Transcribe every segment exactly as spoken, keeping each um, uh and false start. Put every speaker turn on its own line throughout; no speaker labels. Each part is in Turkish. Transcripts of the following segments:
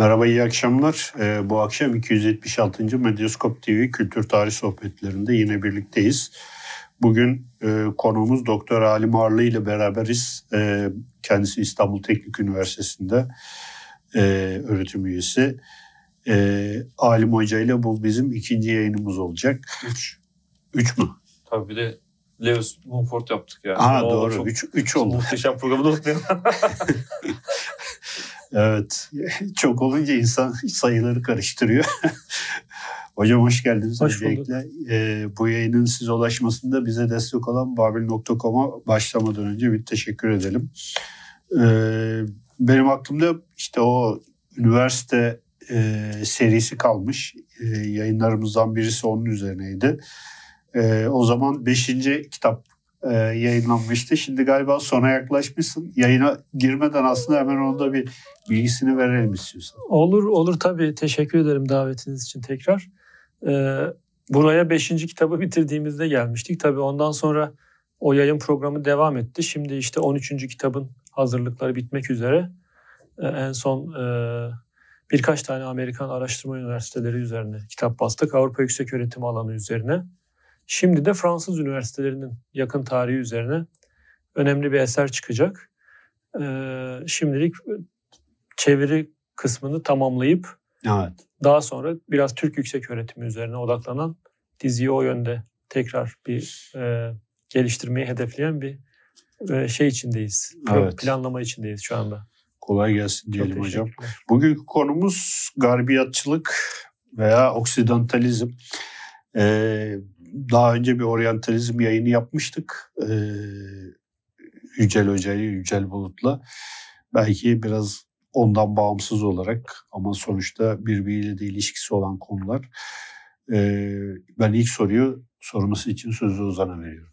Merhaba, iyi akşamlar. Ee, bu akşam iki yüz yetmiş altıncı Medyaskop T V Kültür Tarih Sohbetlerinde yine birlikteyiz. Bugün e, konuğumuz Doktor Alim Arlı ile beraberiz. E, kendisi İstanbul Teknik Üniversitesi'nde e, öğretim üyesi. E, Alim Hoca ile bu bizim ikinci yayınımız olacak.
Üç.
Üç mü?
Tabii bir de Lewis Mumford yaptık yani.
Aa, doğru. Çok, üç, üç oldu.
Muhteşem programı da unutmayalım.
Evet. Çok olunca insan sayıları karıştırıyor. Hocam hoş geldiniz.
Hoş
Öncelikle e, bu yayının size ulaşmasında bize destek olan babil nokta com'a başlamadan önce bir teşekkür edelim. E, benim aklımda işte o üniversite e, serisi kalmış. E, yayınlarımızdan birisi onun üzerineydi. E, o zaman beşinci kitap e, yayınlanmıştı. Şimdi galiba sona yaklaşmışsın. Yayına girmeden aslında hemen onda bir bilgisini verelim istiyorsan.
Olur, olur tabii. Teşekkür ederim davetiniz için tekrar. Ee, buraya beşinci kitabı bitirdiğimizde gelmiştik. Tabii ondan sonra o yayın programı devam etti. Şimdi işte on üçüncü kitabın hazırlıkları bitmek üzere. Ee, en son e, birkaç tane Amerikan araştırma üniversiteleri üzerine kitap bastık. Avrupa Yükseköğretim alanı üzerine. Şimdi de Fransız üniversitelerinin yakın tarihi üzerine önemli bir eser çıkacak. Ee, şimdilik çeviri kısmını tamamlayıp
evet.
Daha sonra biraz Türk yükseköğretimi üzerine odaklanan, diziyi o yönde tekrar bir e, geliştirmeyi hedefleyen bir e, şey içindeyiz.
Evet.
Planlama içindeyiz şu anda.
Kolay gelsin diyelim hocam. Bugünkü konumuz garbiyatçılık veya oksidantalizm. Ee, daha önce bir oryantalizm yayını yapmıştık. Ee, Yücel Hoca'yı, Yücel Bulut'la. Belki biraz ondan bağımsız olarak ama sonuçta birbiriyle de ilişkisi olan konular. Ee, ben ilk soruyu sorması için sözü Ozan'a veriyorum.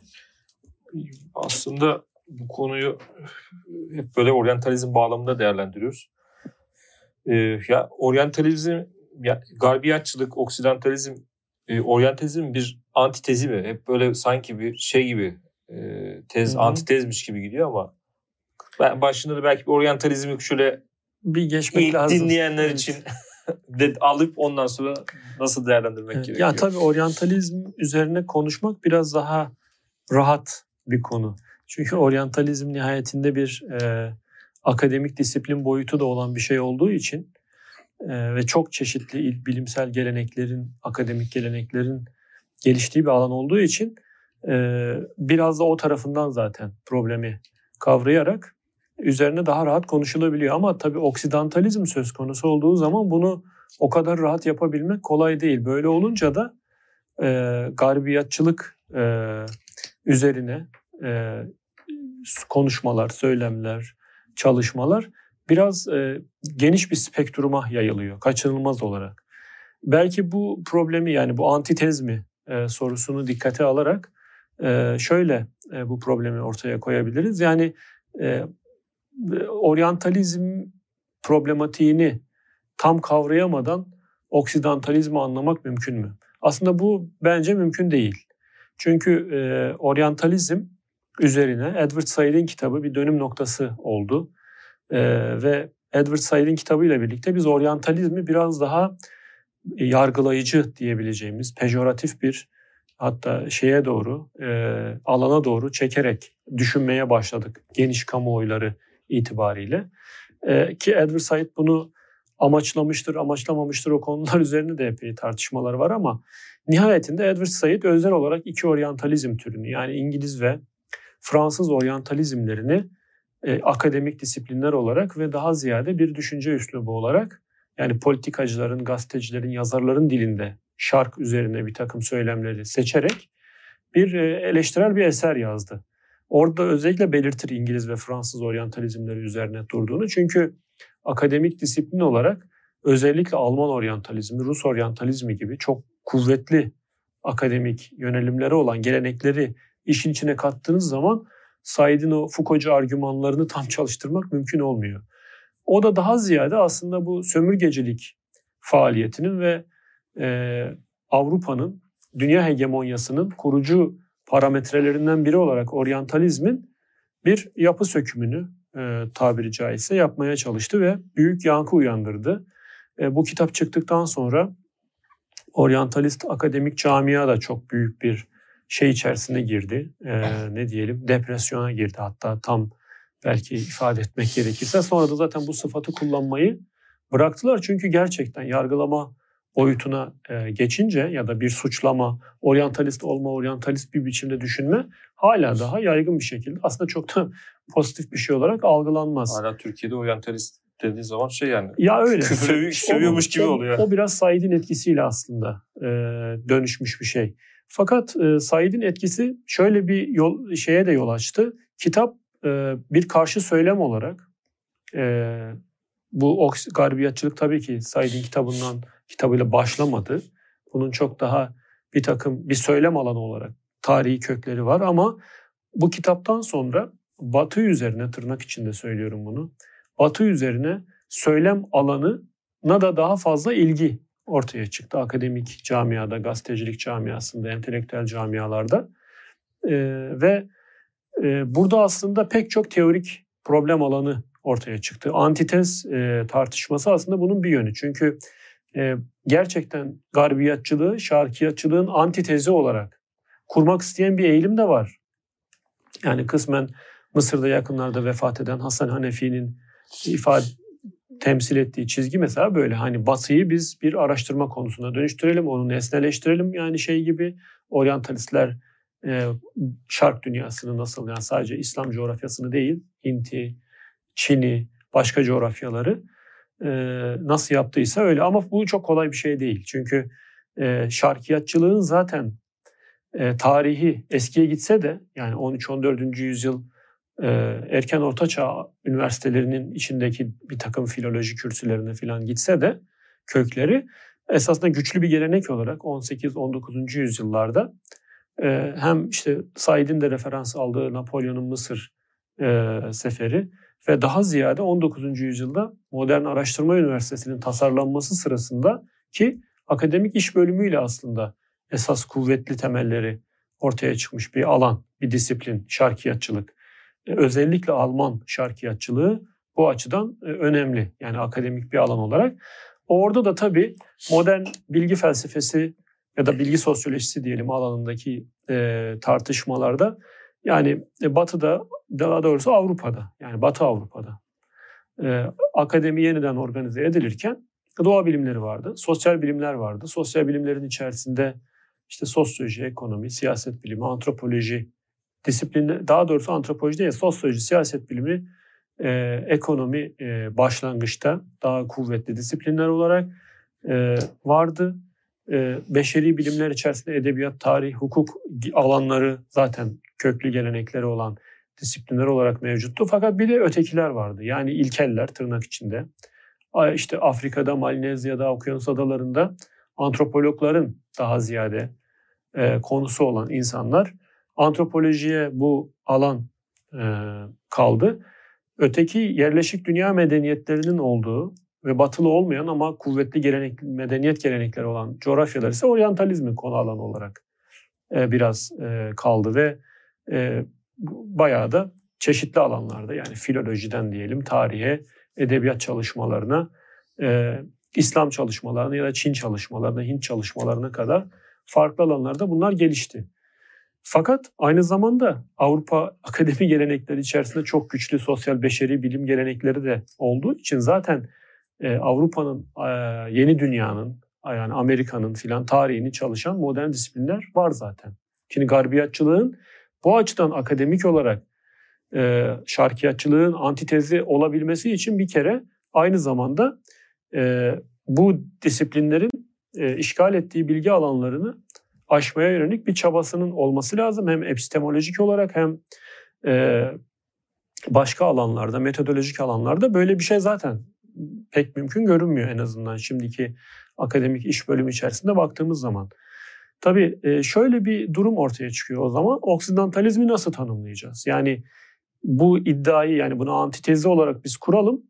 Aslında bu konuyu hep böyle oryantalizm bağlamında değerlendiriyoruz. Ee, ya oryantalizm, ya garbiyatçılık, oksidantalizm, e, oryantalizm bir antitezi mi? Hep böyle sanki bir şey gibi, e, tez, Hı-hı. antitezmiş gibi gidiyor ama ben başında da belki bir oryantalizmi şöyle bir geçmek İlk lazım. Dinleyenler evet. için de alıp ondan sonra nasıl değerlendirmek evet. gerekiyor?
Ya tabii oryantalizm üzerine konuşmak biraz daha rahat bir konu. Çünkü oryantalizm nihayetinde bir e, akademik disiplin boyutu da olan bir şey olduğu için e, ve çok çeşitli bilimsel geleneklerin, akademik geleneklerin geliştiği bir alan olduğu için e, biraz da o tarafından zaten problemi kavrayarak üzerine daha rahat konuşulabiliyor. Ama tabii oksidantalizm söz konusu olduğu zaman bunu o kadar rahat yapabilmek kolay değil. Böyle olunca da e, garbiyatçılık e, üzerine e, konuşmalar, söylemler, çalışmalar biraz e, geniş bir spektruma yayılıyor kaçınılmaz olarak. Belki bu problemi yani bu antitez mi e, sorusunu dikkate alarak e, şöyle e, bu problemi ortaya koyabiliriz. Yani e, oryantalizm problematiğini tam kavrayamadan oksidantalizmi anlamak mümkün mü? Aslında bu bence mümkün değil. Çünkü e, oryantalizm üzerine Edward Said'in kitabı bir dönüm noktası oldu. E, ve Edward Said'in kitabıyla birlikte biz oryantalizmi biraz daha yargılayıcı diyebileceğimiz, pejoratif bir hatta şeye doğru, e, alana doğru çekerek düşünmeye başladık geniş kamuoyları itibariyle. Ee, ki Edward Said bunu amaçlamıştır, amaçlamamıştır o konular üzerine de epey tartışmalar var ama nihayetinde Edward Said özel olarak iki oryantalizm türünü yani İngiliz ve Fransız oryantalizmlerini e, akademik disiplinler olarak ve daha ziyade bir düşünce üslubu olarak yani politikacıların, gazetecilerin, yazarların dilinde şark üzerine bir takım söylemleri seçerek bir e, eleştirel bir eser yazdı. Orada özellikle belirtir İngiliz ve Fransız oryantalizmleri üzerine durduğunu. Çünkü akademik disiplin olarak özellikle Alman oryantalizmi, Rus oryantalizmi gibi çok kuvvetli akademik yönelimleri olan gelenekleri işin içine kattığınız zaman Said'in o Foucault'cu argümanlarını tam çalıştırmak mümkün olmuyor. O da daha ziyade aslında bu sömürgecilik faaliyetinin ve e, Avrupa'nın dünya hegemonyasının kurucu parametrelerinden biri olarak oryantalizmin bir yapı sökümünü e, tabiri caizse yapmaya çalıştı ve büyük yankı uyandırdı. E, bu kitap çıktıktan sonra oryantalist akademik camia da çok büyük bir şey içerisine girdi. E, ne diyelim, depresyona girdi hatta, tam belki ifade etmek gerekirse. Sonra da zaten bu sıfatı kullanmayı bıraktılar. Çünkü gerçekten yargılama boyutuna e, geçince ya da bir suçlama, oryantalist olma, oryantalist bir biçimde düşünme hala daha yaygın bir şekilde aslında çok da pozitif bir şey olarak algılanmaz.
Hala Türkiye'de oryantalist dediği zaman şey yani.
Ya öyle.
Sövü, sövüyormuş gibi
o,
oluyor.
O biraz Said'in etkisiyle aslında e, dönüşmüş bir şey. Fakat e, Said'in etkisi şöyle bir yol şeye de yol açtı. Kitap e, bir karşı söylem olarak e, bu garbiyatçılık tabii ki Said'in kitabından kitabıyla başlamadı. Bunun çok daha bir takım bir söylem alanı olarak tarihi kökleri var ama bu kitaptan sonra Batı üzerine, tırnak içinde söylüyorum bunu, Batı üzerine söylem alanına da daha fazla ilgi ortaya çıktı. Akademik camiada, gazetecilik camiasında, entelektüel camialarda. Ee, ve e, burada aslında pek çok teorik problem alanı ortaya çıktı. Antitez e, tartışması aslında bunun bir yönü. Çünkü e, gerçekten garbiyatçılığı, şarkiyatçılığın antitezi olarak kurmak isteyen bir eğilim de var. Yani kısmen Mısır'da yakınlarda vefat eden Hasan Hanefi'nin ifade temsil ettiği çizgi mesela böyle. Hani Batı'yı biz bir araştırma konusuna dönüştürelim, onu nesneleştirelim. Yani şey gibi, oryantalistler e, şark dünyasını nasıl, yani sadece İslam coğrafyasını değil, Hint'i, Çin'i, başka coğrafyaları e, nasıl yaptıysa öyle. Ama bu çok kolay bir şey değil. Çünkü e, şarkiyatçılığın zaten e, tarihi eskiye gitse de, yani on üç on dördüncü yüzyıl e, erken ortaçağ üniversitelerinin içindeki bir takım filoloji kürsülerine falan gitse de kökleri esasında güçlü bir gelenek olarak on sekiz on dokuzuncu yüzyıllarda e, hem işte Said'in de referans aldığı Napolyon'un Mısır e, seferi ve daha ziyade on dokuzuncu yüzyılda Modern Araştırma Üniversitesi'nin tasarlanması sırasında ki akademik iş bölümüyle aslında esas kuvvetli temelleri ortaya çıkmış bir alan, bir disiplin, şarkiyatçılık. Özellikle Alman şarkiyatçılığı bu açıdan önemli. Yani akademik bir alan olarak. Orada da tabii modern bilgi felsefesi ya da bilgi sosyolojisi diyelim alanındaki e, tartışmalarda, yani Batı'da, daha doğrusu Avrupa'da, yani Batı Avrupa'da e, akademi yeniden organize edilirken doğa bilimleri vardı, sosyal bilimler vardı. Sosyal bilimlerin içerisinde işte sosyoloji, ekonomi, siyaset bilimi, antropoloji disiplinler, daha doğrusu antropoloji değil, sosyoloji, siyaset bilimi, e, ekonomi e, başlangıçta daha kuvvetli disiplinler olarak e, vardı. E, beşeri bilimler içerisinde edebiyat, tarih, hukuk alanları zaten köklü gelenekleri olan disiplinler olarak mevcuttu. Fakat bir de ötekiler vardı. Yani ilkeller tırnak içinde. İşte Afrika'da, Malezya'da, Okyanus adalarında antropologların daha ziyade e, konusu olan insanlar, antropolojiye bu alan e, kaldı. Öteki yerleşik dünya medeniyetlerinin olduğu ve batılı olmayan ama kuvvetli gelenek, medeniyet gelenekleri olan coğrafyalar ise oryantalizmin konu alanı olarak e, biraz e, kaldı ve e, bayağı da çeşitli alanlarda, yani filolojiden diyelim tarihe, edebiyat çalışmalarına, e, İslam çalışmalarına ya da Çin çalışmalarına, Hint çalışmalarına kadar farklı alanlarda bunlar gelişti. Fakat aynı zamanda Avrupa akademi gelenekleri içerisinde çok güçlü sosyal beşeri bilim gelenekleri de olduğu için zaten e, Avrupa'nın, e, yeni dünyanın, yani Amerika'nın filan tarihini çalışan modern disiplinler var zaten. Şimdi garbiyatçılığın bu açıdan akademik olarak e, şarkiyatçılığın antitezi olabilmesi için bir kere aynı zamanda e, bu disiplinlerin e, işgal ettiği bilgi alanlarını aşmaya yönelik bir çabasının olması lazım. Hem epistemolojik olarak hem e, başka alanlarda, metodolojik alanlarda böyle bir şey zaten pek mümkün görünmüyor en azından şimdiki akademik iş bölümü içerisinde baktığımız zaman. Tabii e, şöyle bir durum ortaya çıkıyor o zaman. Oksidantalizmi nasıl tanımlayacağız? Yani bu iddiayı, yani bunu antitezi olarak biz kuralım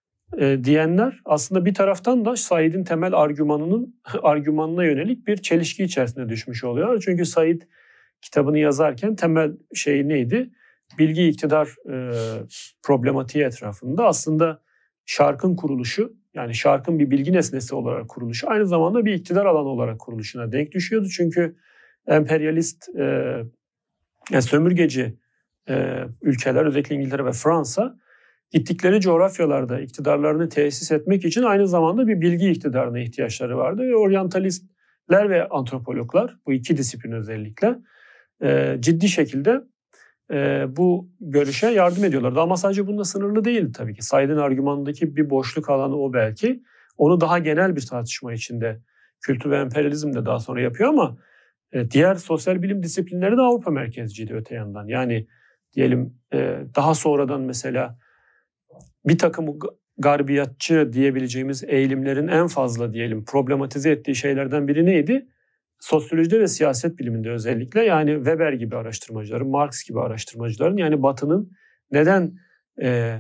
e, diyenler aslında bir taraftan da Said'in temel argümanının argümanına yönelik bir çelişki içerisine düşmüş oluyor. Çünkü Said kitabını yazarken temel şey neydi? Bilgi iktidar e, problematiği etrafında aslında şarkın kuruluşu, yani şarkın bir bilgi nesnesi olarak kuruluşu aynı zamanda bir iktidar alanı olarak kuruluşuna denk düşüyordu. Çünkü emperyalist, e, yani sömürgeci e, ülkeler, özellikle İngiltere ve Fransa gittikleri coğrafyalarda iktidarlarını tesis etmek için aynı zamanda bir bilgi iktidarına ihtiyaçları vardı. Ve oryantalistler ve antropologlar, bu iki disiplin özellikle e, ciddi şekilde e, bu görüşe yardım ediyorlardı. Ama sadece bununla sınırlı değildi tabii ki. Said'in argümanındaki bir boşluk alanı o belki. Onu daha genel bir tartışma içinde kültür ve emperyalizm de daha sonra yapıyor ama e, diğer sosyal bilim disiplinleri de Avrupa merkezciydi öte yandan. Yani diyelim e, daha sonradan mesela bir takım garbiyatçı diyebileceğimiz eğilimlerin en fazla diyelim problematize ettiği şeylerden biri neydi? Sosyolojide ve siyaset biliminde özellikle, yani Weber gibi araştırmacıların, Marx gibi araştırmacıların, yani Batı'nın neden e,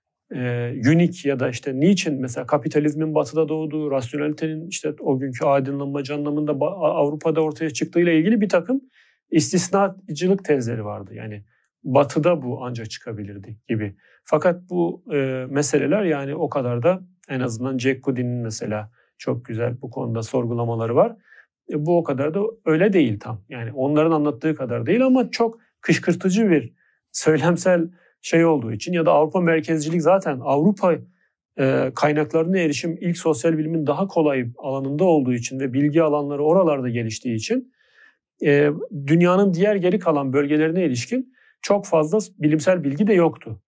e, unique ya da işte niçin mesela kapitalizmin Batı'da doğduğu, rasyonelitenin işte o günkü aydınlanmacı anlamında Avrupa'da ortaya çıktığıyla ilgili bir takım istisnacılık tezleri vardı. Yani Batı'da bu ancak çıkabilirdi gibi. Fakat bu e, meseleler yani o kadar da, en azından Jack Goody'nin mesela çok güzel bu konuda sorgulamaları var. E, bu o kadar da öyle değil tam. Yani onların anlattığı kadar değil ama çok kışkırtıcı bir söylemsel şey olduğu için ya da Avrupa merkezcilik zaten Avrupa e, kaynaklarına erişim ilk sosyal bilimin daha kolay alanında olduğu için ve bilgi alanları oralarda geliştiği için e, dünyanın diğer geri kalan bölgelerine ilişkin çok fazla bilimsel bilgi de yoktu.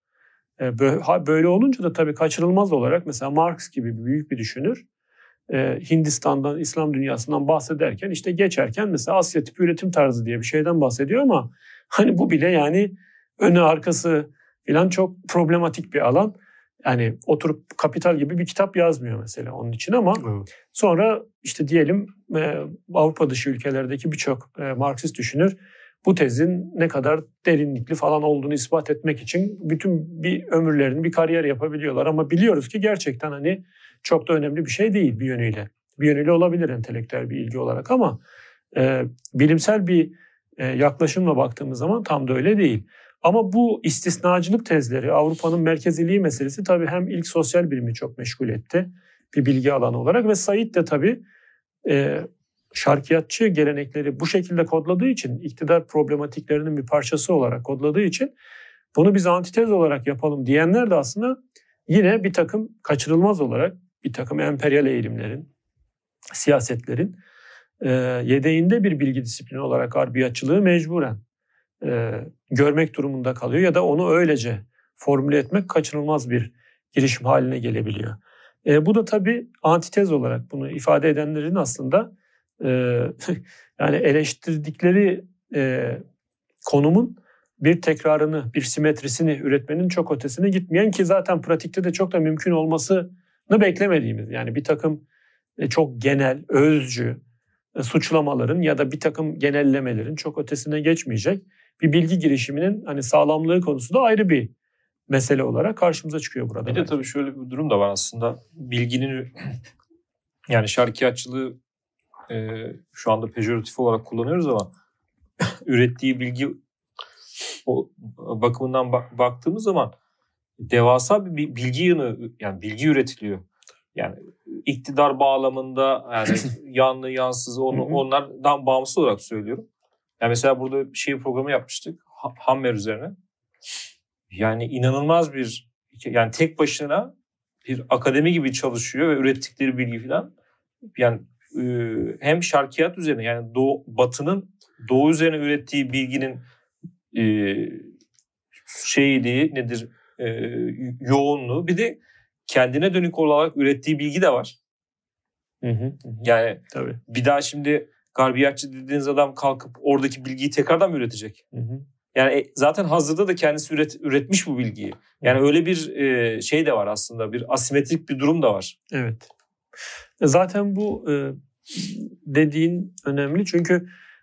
Böyle olunca da tabii kaçırılmaz olarak mesela Marx gibi büyük bir düşünür Hindistan'dan, İslam dünyasından bahsederken işte geçerken mesela Asya tipi üretim tarzı diye bir şeyden bahsediyor ama hani bu bile yani önü arkası falan çok problematik bir alan. Yani oturup Kapital gibi bir kitap yazmıyor mesela onun için ama evet. Sonra işte diyelim Avrupa dışı ülkelerdeki birçok Marksist düşünür bu tezin ne kadar derinlikli falan olduğunu ispat etmek için bütün bir ömürlerini, bir kariyer yapabiliyorlar. Ama biliyoruz ki gerçekten hani çok da önemli bir şey değil bir yönüyle. Bir yönüyle olabilir entelektüel bir ilgi olarak ama e, bilimsel bir e, yaklaşımla baktığımız zaman tam da öyle değil. Ama bu istisnacılık tezleri, Avrupa'nın merkeziliği meselesi tabii hem ilk sosyal bilimi çok meşgul etti bir bilgi alanı olarak ve Said de tabii e, şarkiyatçı gelenekleri bu şekilde kodladığı için, iktidar problematiklerinin bir parçası olarak kodladığı için bunu biz antitez olarak yapalım diyenler de aslında yine bir takım kaçırılmaz olarak bir takım emperyal eğilimlerin, siyasetlerin e, yedeğinde bir bilgi disiplini olarak garbiyatçılığı mecburen e, görmek durumunda kalıyor ya da onu öylece formüle etmek kaçınılmaz bir girişim haline gelebiliyor. E, bu da tabii antitez olarak bunu ifade edenlerin aslında e, yani eleştirdikleri e, konumun bir tekrarını, bir simetrisini üretmenin çok ötesine gitmeyen ki zaten pratikte de çok da mümkün olmasını beklemediğimiz, yani bir takım çok genel, özcü suçlamaların ya da bir takım genellemelerin çok ötesine geçmeyecek bir bilgi girişiminin hani sağlamlığı konusu da ayrı bir mesele olarak karşımıza çıkıyor burada.
Bir de tabii şöyle bir durum da var aslında. Bilginin yani şarkiyatçılığı e, şu anda pejoratif olarak kullanıyoruz ama ürettiği bilgi o bakımından bak, baktığımız zaman devasa bir bilgi yığını, yani bilgi üretiliyor. Yani iktidar bağlamında yani yanlı yansız onu, onlardan bağımsız olarak söylüyorum. Yani mesela burada bir şey programı yapmıştık Hammer üzerine. Yani inanılmaz bir, yani tek başına bir akademi gibi çalışıyor ve ürettikleri bilgi falan. Yani e, hem şarkiyat üzerine, yani doğu, Batı'nın Doğu üzerine ürettiği bilginin e, şeyliği nedir, e, yoğunluğu, bir de kendine dönük olarak ürettiği bilgi de var.
Hı hı, hı.
Yani
tabii.
Bir daha şimdi garbiyatçı dediğiniz adam kalkıp oradaki bilgiyi tekrardan mı üretecek?
Hı hı.
Yani zaten hazırda da kendisi üret, üretmiş bu bilgiyi. Yani öyle bir e, şey de var aslında, bir asimetrik bir durum da var.
Evet. Zaten bu e, dediğin önemli çünkü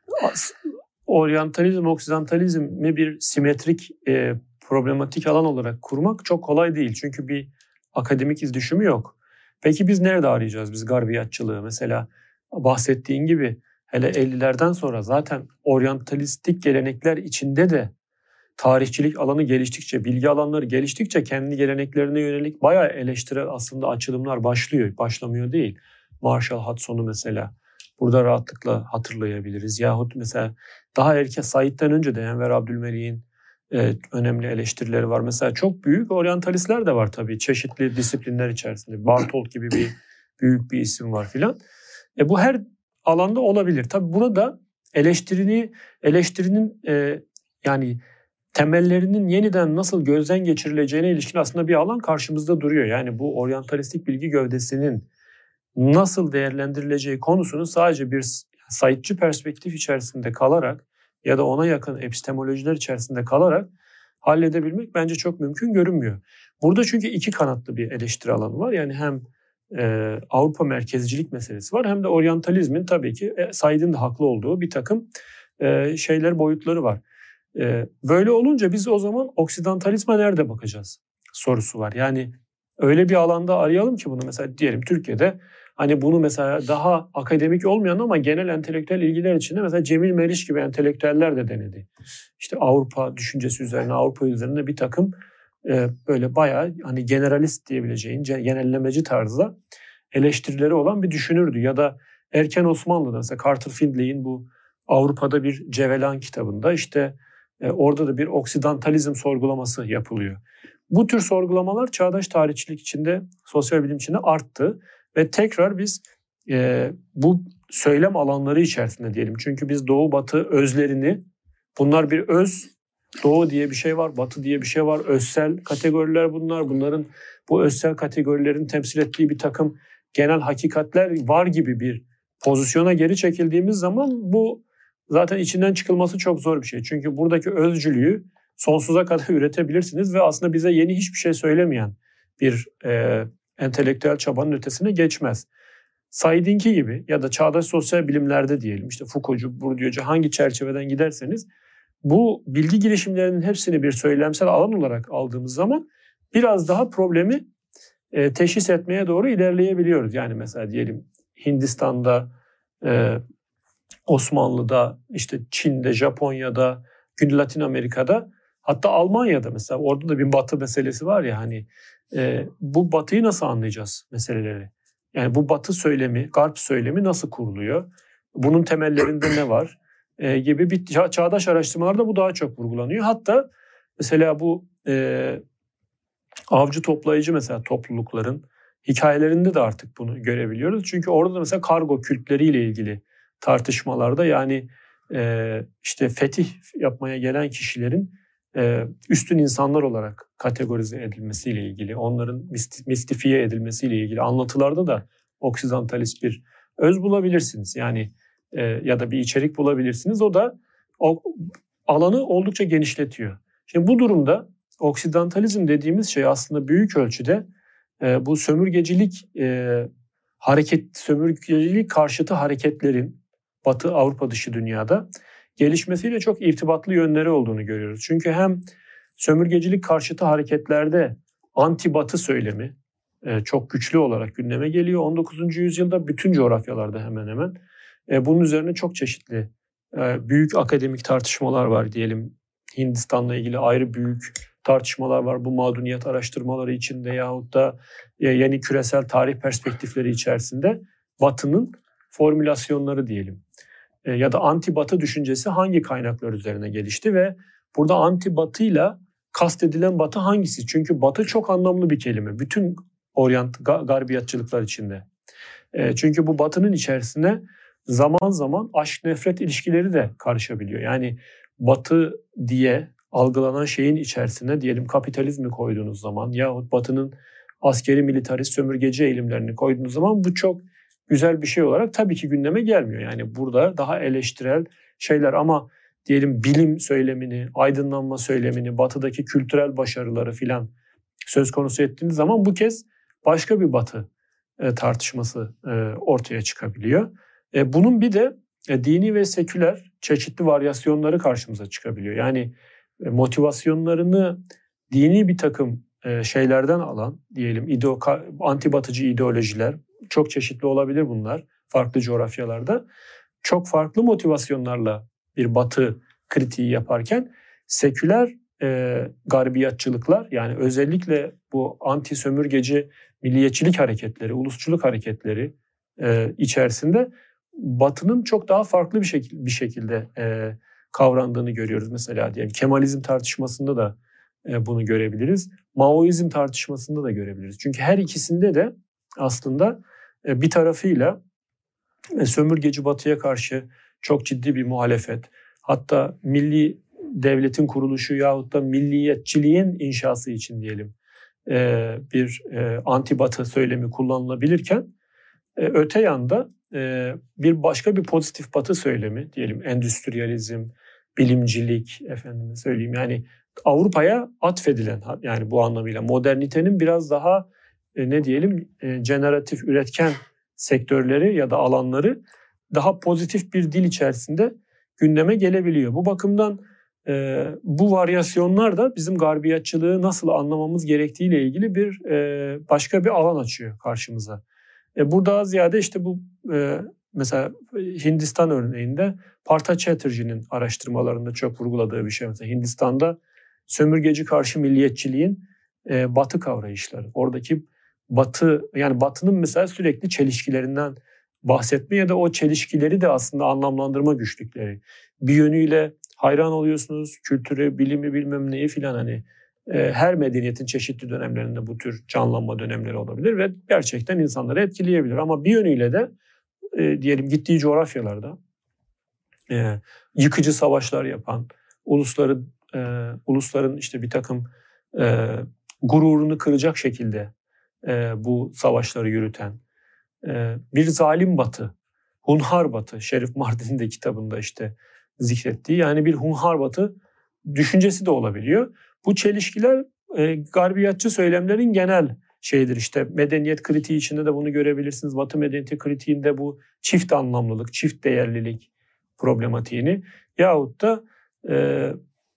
oryantalizm, oksidantalizmi bir simetrik e, problematik alan olarak kurmak çok kolay değil. Çünkü bir akademik iz düşümü yok. Peki biz nerede arayacağız biz garbiyatçılığı? Mesela bahsettiğin gibi hele ellilerden sonra zaten oryantalistik gelenekler içinde de tarihçilik alanı geliştikçe, bilgi alanları geliştikçe kendi geleneklerine yönelik bayağı eleştirel aslında açılımlar başlıyor. Başlamıyor değil. Marshall Hudson'u mesela burada rahatlıkla hatırlayabiliriz. Yahut mesela daha erken Said'den önce de Enver Abdülmelik'in e, önemli eleştirileri var. Mesela çok büyük oryantalistler de var tabii çeşitli disiplinler içerisinde. Barthold gibi bir büyük bir isim var filan. E, bu her alanda olabilir. Tabii burada eleştirini eleştirinin e, yani temellerinin yeniden nasıl gözden geçirileceğine ilişkin aslında bir alan karşımızda duruyor. Yani bu oryantalistik bilgi gövdesinin nasıl değerlendirileceği konusunu sadece bir Saidçi perspektif içerisinde kalarak ya da ona yakın epistemolojiler içerisinde kalarak halledebilmek bence çok mümkün görünmüyor. Burada çünkü iki kanatlı bir eleştiri alanı var. Yani hem e, Avrupa merkezcilik meselesi var hem de oryantalizmin tabii ki e, Said'in de haklı olduğu bir takım e, şeyler, boyutları var. E, böyle olunca biz o zaman oksidantalizme nerede bakacağız sorusu var. Yani öyle bir alanda arayalım ki bunu mesela diyelim Türkiye'de hani bunu mesela daha akademik olmayan ama genel entelektüel ilgiler içinde mesela Cemil Meriç gibi entelektüeller de denedi. İşte Avrupa düşüncesi üzerine, Avrupa üzerine bir takım e, böyle bayağı hani generalist diyebileceğin, genellemeci tarzda eleştirileri olan bir düşünürdü. Ya da erken Osmanlı'da mesela Carter Findlay'in bu Avrupa'da bir Cevelan kitabında işte e, orada da bir oksidantalizm sorgulaması yapılıyor. Bu tür sorgulamalar çağdaş tarihçilik içinde, sosyal bilim içinde arttı. Ve tekrar biz e, bu söylem alanları içerisinde diyelim. Çünkü biz Doğu Batı özlerini, bunlar bir öz, Doğu diye bir şey var, Batı diye bir şey var. Özsel kategoriler bunlar. Bunların bu özsel kategorilerin temsil ettiği bir takım genel hakikatler var gibi bir pozisyona geri çekildiğimiz zaman bu zaten içinden çıkılması çok zor bir şey. Çünkü buradaki özcülüğü sonsuza kadar üretebilirsiniz ve aslında bize yeni hiçbir şey söylemeyen bir e, entelektüel çabanın ötesine geçmez. Said'inki gibi ya da çağdaş sosyal bilimlerde diyelim işte Foucault'cu, Bourdieu'cu hangi çerçeveden giderseniz bu bilgi girişimlerinin hepsini bir söylemsel alan olarak aldığımız zaman biraz daha problemi e, teşhis etmeye doğru ilerleyebiliyoruz. Yani mesela diyelim Hindistan'da, e, Osmanlı'da, işte Çin'de, Japonya'da, Güney Latin Amerika'da, hatta Almanya'da mesela orada da bir batı meselesi var ya hani e, bu batıyı nasıl anlayacağız meseleleri? Yani bu batı söylemi, garp söylemi nasıl kuruluyor? Bunun temellerinde ne var? E, gibi bir ça- çağdaş araştırmalarda bu daha çok vurgulanıyor. Hatta mesela bu e, avcı toplayıcı mesela toplulukların hikayelerinde de artık bunu görebiliyoruz. Çünkü orada da mesela kargo kültleriyle ilgili tartışmalarda yani e, işte fetih yapmaya gelen kişilerin e, üstün insanlar olarak kategorize edilmesiyle ilgili, onların mistifiye edilmesiyle ilgili anlatılarda da oksidantalist bir öz bulabilirsiniz. Yani e, ya da bir içerik bulabilirsiniz. O da o alanı oldukça genişletiyor. Şimdi bu durumda oksidantalizm dediğimiz şey aslında büyük ölçüde e, bu sömürgecilik e, hareket sömürgecilik karşıtı hareketlerin Batı Avrupa dışı dünyada gelişmesiyle çok irtibatlı yönleri olduğunu görüyoruz. Çünkü hem sömürgecilik karşıtı hareketlerde anti-Batı söylemi e, çok güçlü olarak gündeme geliyor. on dokuzuncu yüzyılda bütün coğrafyalarda hemen hemen e, bunun üzerine çok çeşitli e, büyük akademik tartışmalar var diyelim. Hindistan'la ilgili ayrı büyük tartışmalar var. Bu mağduniyet araştırmaları içinde yahut da yeni küresel tarih perspektifleri içerisinde Batı'nın formülasyonları diyelim. Ya da anti-Batı düşüncesi hangi kaynaklar üzerine gelişti ve burada anti-Batı'yla kastedilen Batı hangisi? Çünkü Batı çok anlamlı bir kelime. Bütün oryant, garbiyatçılıklar içinde. Çünkü bu Batı'nın içerisine zaman zaman aşk-nefret ilişkileri de karışabiliyor. Yani Batı diye algılanan şeyin içerisine diyelim kapitalizmi koyduğunuz zaman yahut Batı'nın askeri, militarist, sömürgeci eğilimlerini koyduğunuz zaman bu çok güzel bir şey olarak tabii ki gündeme gelmiyor. Yani burada daha eleştirel şeyler ama diyelim bilim söylemini, aydınlanma söylemini, Batı'daki kültürel başarıları filan söz konusu ettiğiniz zaman bu kez başka bir Batı e, tartışması e, ortaya çıkabiliyor. E, bunun bir de e, dini ve seküler çeşitli varyasyonları karşımıza çıkabiliyor. Yani e, motivasyonlarını dini bir takım e, şeylerden alan diyelim ideo, anti-Batıcı ideolojiler çok çeşitli olabilir bunlar farklı coğrafyalarda. Çok farklı motivasyonlarla bir Batı kritiği yaparken seküler e, garbiyatçılıklar, yani özellikle bu anti sömürgeci milliyetçilik hareketleri, ulusçuluk hareketleri e, içerisinde Batı'nın çok daha farklı bir, şekil, bir şekilde e, kavrandığını görüyoruz. Mesela diyelim Kemalizm tartışmasında da e, bunu görebiliriz. Maoizm tartışmasında da görebiliriz. Çünkü her ikisinde de aslında e, bir tarafıyla e, sömürgeci Batı'ya karşı çok ciddi bir muhalefet, hatta milli devletin kuruluşu yahut da milliyetçiliğin inşası için diyelim e, bir e, anti-Batı söylemi kullanılabilirken e, öte yanda e, bir başka bir pozitif Batı söylemi diyelim endüstriyalizm, bilimcilik, efendime söyleyeyim yani Avrupa'ya atfedilen, yani bu anlamıyla modernitenin biraz daha e, ne diyelim e, generatif, üretken sektörleri ya da alanları daha pozitif bir dil içerisinde gündeme gelebiliyor. Bu bakımdan e, bu varyasyonlar da bizim garbiyatçılığı nasıl anlamamız gerektiğiyle ilgili bir e, başka bir alan açıyor karşımıza. E, burada ziyade işte bu e, mesela Hindistan örneğinde Partha Chatterjee'nin araştırmalarında çok vurguladığı bir şey. Mesela Hindistan'da sömürgeci karşı milliyetçiliğin e, Batı kavrayışları. Oradaki Batı, yani Batı'nın mesela sürekli çelişkilerinden bahsetme ya da o çelişkileri de aslında anlamlandırma güçlükleri. Bir yönüyle hayran oluyorsunuz, kültürü, bilimi, bilmem neyi filan, hani e, her medeniyetin çeşitli dönemlerinde bu tür canlanma dönemleri olabilir ve gerçekten insanları etkileyebilir. Ama bir yönüyle de e, diyelim gittiği coğrafyalarda e, yıkıcı savaşlar yapan, ulusları e, ulusların işte bir takım e, gururunu kıracak şekilde e, bu savaşları yürüten e, bir zalim Batı, hunhar Batı, Şerif Mardin'in de kitabında işte zikrettiği, yani bir hunhar Batı düşüncesi de olabiliyor. Bu çelişkiler e, garbiyatçı söylemlerin genel şeydir. İşte medeniyet kritiği içinde de bunu görebilirsiniz. Batı medeniyeti kritiğinde bu çift anlamlılık, çift değerlilik problematiğini yahut da e,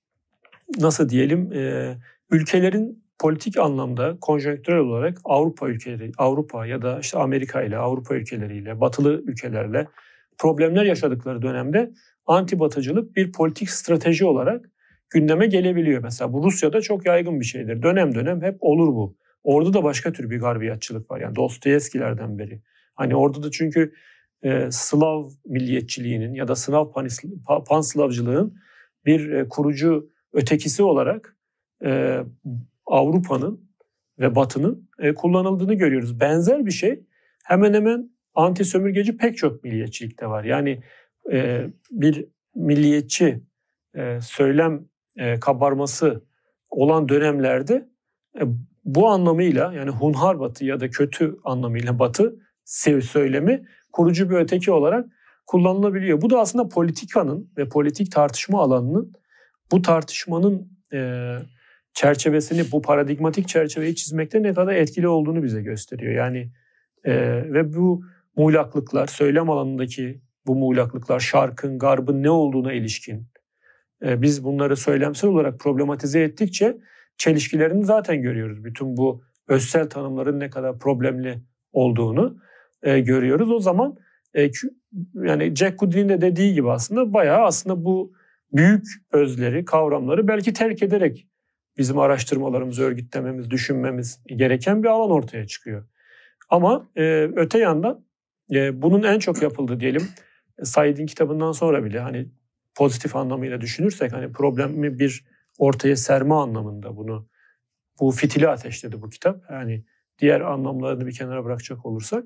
nasıl diyelim e, ülkelerin politik anlamda konjonktürel olarak Avrupa ülkeleri, Avrupa ya da işte Amerika ile, Avrupa ülkeleriyle, batılı ülkelerle problemler yaşadıkları dönemde anti-batıcılık bir politik strateji olarak gündeme gelebiliyor. Mesela bu Rusya'da çok yaygın bir şeydir. Dönem dönem hep olur bu. Orada da başka tür bir garbiyatçılık var. Yani Dostoyevskilerden beri. Hani orada da çünkü e, Slav milliyetçiliğinin ya da Slav panslavcılığın bir e, kurucu ötekisi olarak e, Avrupa'nın ve Batı'nın e, kullanıldığını görüyoruz. Benzer bir şey hemen hemen anti sömürgeci pek çok milliyetçilikte var. Yani e, bir milliyetçi e, söylem e, kabarması olan dönemlerde e, bu anlamıyla, yani hunhar Batı ya da kötü anlamıyla Batı söylemi kurucu bir öteki olarak kullanılabiliyor. Bu da aslında politikanın ve politik tartışma alanının bu tartışmanın e, çerçevesini, bu paradigmatik çerçeveyi çizmekte ne kadar etkili olduğunu bize gösteriyor. Yani e, ve bu muğlaklıklar, söylem alanındaki bu muğlaklıklar, şarkın, garbın ne olduğuna ilişkin e, biz bunları söylemsel olarak problematize ettikçe çelişkilerini zaten görüyoruz. Bütün bu özsel tanımların ne kadar problemli olduğunu e, görüyoruz. O zaman e, yani Jack Goodwin'in de dediği gibi aslında bayağı aslında bu büyük özleri, kavramları belki terk ederek bizim araştırmalarımızı örgütlememiz, düşünmemiz gereken bir alan ortaya çıkıyor. Ama e, öte yandan e, bunun en çok yapıldığı diyelim Said'in kitabından sonra bile hani pozitif anlamıyla düşünürsek hani problemi bir ortaya serme anlamında bunu bu fitili ateşledi bu kitap. Yani diğer anlamlarını bir kenara bırakacak olursak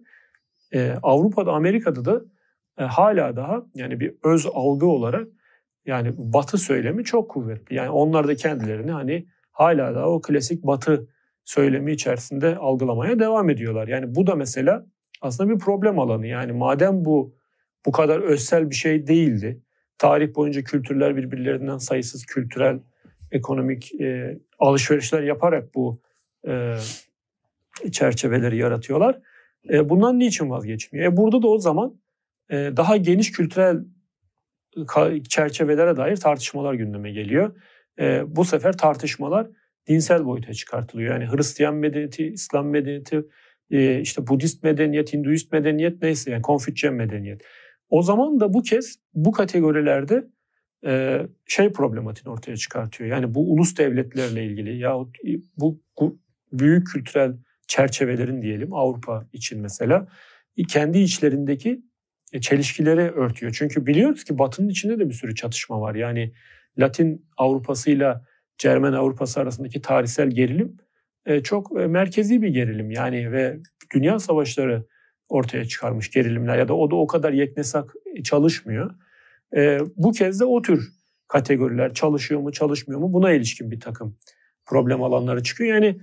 e, Avrupa'da, Amerika'da da e, hala daha yani bir öz algı olarak yani Batı söylemi çok kuvvetli. Yani onlar da kendilerini hani hala daha o klasik Batı söylemi içerisinde algılamaya devam ediyorlar. Yani bu da mesela aslında bir problem alanı. Yani madem bu bu kadar özsel bir şey değildi, tarih boyunca kültürler birbirlerinden sayısız kültürel, ekonomik e, alışverişler yaparak bu e, çerçeveleri yaratıyorlar. E, bundan niçin vazgeçmiyor? E, burada da o zaman e, daha geniş kültürel çerçevelere dair tartışmalar gündeme geliyor. E, bu sefer tartışmalar dinsel boyuta çıkartılıyor. Yani Hristiyan medeniyeti, İslam medeniyeti, e, işte Budist medeniyet, Hinduist medeniyet neyse yani Konfüçyen medeniyet. O zaman da bu kez bu kategorilerde e, şey problematiğini ortaya çıkartıyor. Yani bu ulus devletlerle ilgili yahut bu, bu büyük kültürel çerçevelerin diyelim Avrupa için mesela kendi içlerindeki çelişkileri örtüyor. Çünkü biliyoruz ki Batı'nın içinde de bir sürü çatışma var. Yani Latin Avrupa'sıyla Cermen Avrupa'sı arasındaki tarihsel gerilim çok merkezi bir gerilim. Yani ve dünya savaşları ortaya çıkarmış gerilimler ya da o da o kadar yeknesak çalışmıyor. Bu kez de o tür kategoriler çalışıyor mu çalışmıyor mu buna ilişkin bir takım problem alanları çıkıyor. Yani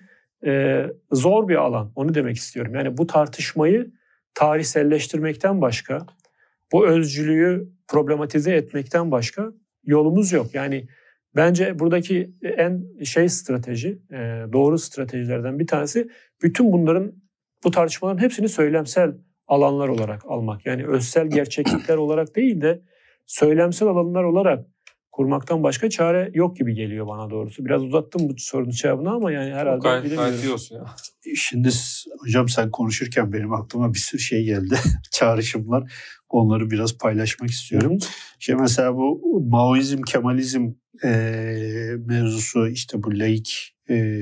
zor bir alan, onu demek istiyorum. Yani bu tartışmayı tarihselleştirmekten başka, bu özcülüğü problematize etmekten başka yolumuz yok. Yani bence buradaki en şey strateji, doğru stratejilerden bir tanesi bütün bunların, bu tartışmaların hepsini söylemsel alanlar olarak almak. Yani özsel gerçeklikler olarak değil de söylemsel alanlar olarak kurmaktan başka çare yok gibi geliyor bana doğrusu. Biraz uzattım bu sorunun cevabını ama yani herhalde
gayet,
bilemiyorum.
gayet diyorsun ya.
Şimdi hocam sen konuşurken benim aklıma bir sürü şey geldi. Çağrışımlar. Onları biraz paylaşmak istiyorum. Şimdi mesela bu Maoizm, Kemalizm e, mevzusu, işte bu laik e,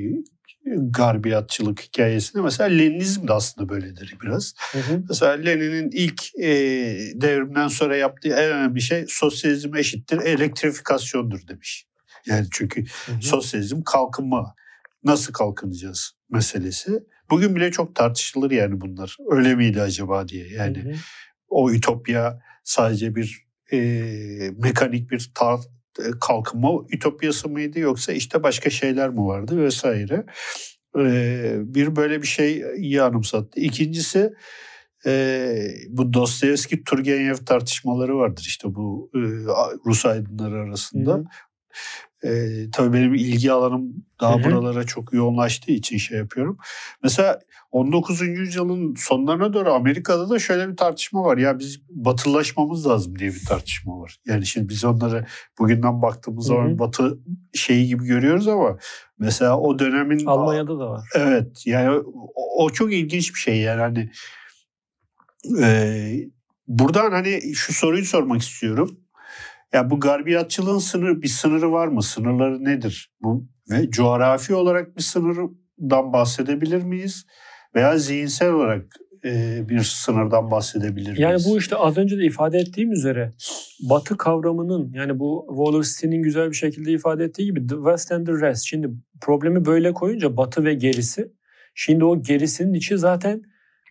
garbiyatçılık hikayesinde mesela Leninizm de aslında böyledir biraz. Hı hı. Mesela Lenin'in ilk e, devrimden sonra yaptığı en önemli şey sosyalizm eşittir elektrifikasyondur demiş. Yani çünkü hı hı. sosyalizm kalkınma. Nasıl kalkınacağız meselesi. Bugün bile çok tartışılır yani bunlar. Öyle miydi acaba diye. Yani hı hı. o ütopya sadece bir e, mekanik bir tar- kalkınma ütopyası mıydı yoksa işte başka şeyler mi vardı vesaire. E, bir böyle bir şey iyi anımsattı. İkincisi e, bu Dostoyevski Turgenev tartışmaları vardır işte bu e, Rus aydınları arasında. Hı hı. Ee, tabii benim ilgi alanım daha hı hı. buralara çok yoğunlaştığı için şey yapıyorum. Mesela on dokuzuncu yüzyılın sonlarına doğru Amerika'da da şöyle bir tartışma var. Ya biz batılılaşmamız lazım diye bir tartışma var. Yani şimdi biz onları bugünden baktığımız hı hı. zaman batı şeyi gibi görüyoruz ama mesela o dönemin...
Almanya'da da var.
Evet. Yani o, o çok ilginç bir şey yani hani... E, buradan hani şu soruyu sormak istiyorum. Ya bu garbiyatçılığın sınırı, bir sınırı var mı? Sınırları nedir? Bu ve coğrafi olarak bir sınırdan bahsedebilir miyiz? Veya zihinsel olarak e, bir sınırdan bahsedebilir miyiz?
Yani bu işte az önce de ifade ettiğim üzere Batı kavramının, yani bu Wallerstein'in güzel bir şekilde ifade ettiği gibi the West and the rest. Şimdi problemi böyle koyunca Batı ve gerisi. Şimdi o gerisinin içi zaten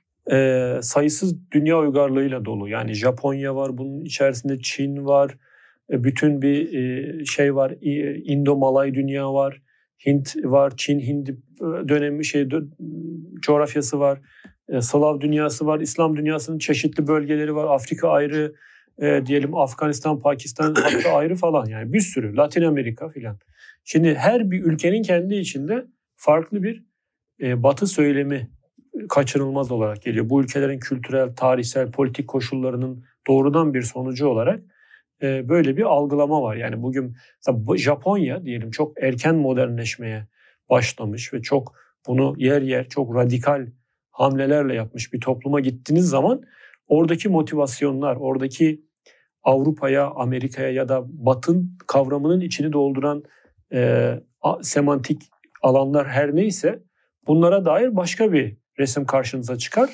e, sayısız dünya uygarlığıyla dolu. Yani Japonya var, bunun içerisinde Çin var. Bütün bir şey var, İndo-Malay dünya var, Hint var, Çin-Hind dönemi şey coğrafyası var, Slav dünyası var, İslam dünyasının çeşitli bölgeleri var, Afrika ayrı, diyelim Afganistan, Pakistan hatta ayrı falan, yani bir sürü, Latin Amerika filan. Şimdi her bir ülkenin kendi içinde farklı bir Batı söylemi kaçınılmaz olarak geliyor. Bu ülkelerin kültürel, tarihsel, politik koşullarının doğrudan bir sonucu olarak böyle bir algılama var. Yani bugün Japonya diyelim çok erken modernleşmeye başlamış ve çok bunu yer yer çok radikal hamlelerle yapmış bir topluma gittiğiniz zaman oradaki motivasyonlar, oradaki Avrupa'ya, Amerika'ya ya da Batı kavramının içini dolduran e, semantik alanlar her neyse bunlara dair başka bir resim karşınıza çıkar.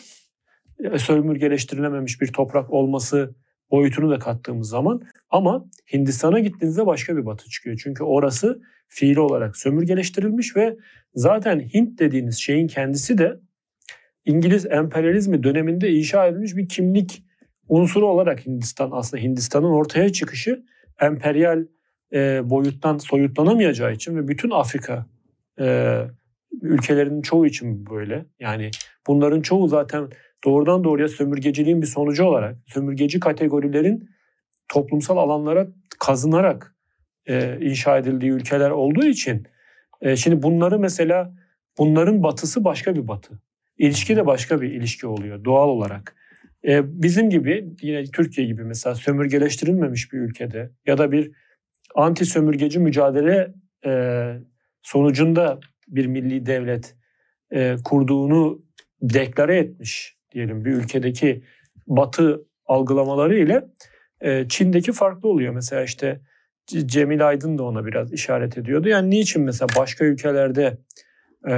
E, sömürgeleştirilememiş bir toprak olması boyutunu da kattığımız zaman, ama Hindistan'a gittiğinizde başka bir Batı çıkıyor. Çünkü orası fiili olarak sömürgeleştirilmiş ve zaten Hint dediğiniz şeyin kendisi de İngiliz emperyalizmi döneminde inşa edilmiş bir kimlik unsuru olarak Hindistan, aslında Hindistan'ın ortaya çıkışı emperyal e, boyuttan soyutlanamayacağı için ve bütün Afrika e, ülkelerinin çoğu için böyle. Yani bunların çoğu zaten doğrudan doğruya sömürgeciliğin bir sonucu olarak, sömürgeci kategorilerin toplumsal alanlara kazınarak e, inşa edildiği ülkeler olduğu için e, şimdi bunları mesela bunların batısı başka bir batı. İlişki de başka bir ilişki oluyor doğal olarak. E, bizim gibi, yine Türkiye gibi mesela sömürgeleştirilmemiş bir ülkede ya da bir anti sömürgeci mücadele e, sonucunda bir milli devlet e, kurduğunu deklare etmiş diyelim bir ülkedeki Batı algılamaları ile e, Çin'deki farklı oluyor. Mesela işte Cemil Aydın da ona biraz işaret ediyordu. Yani niçin mesela başka ülkelerde e,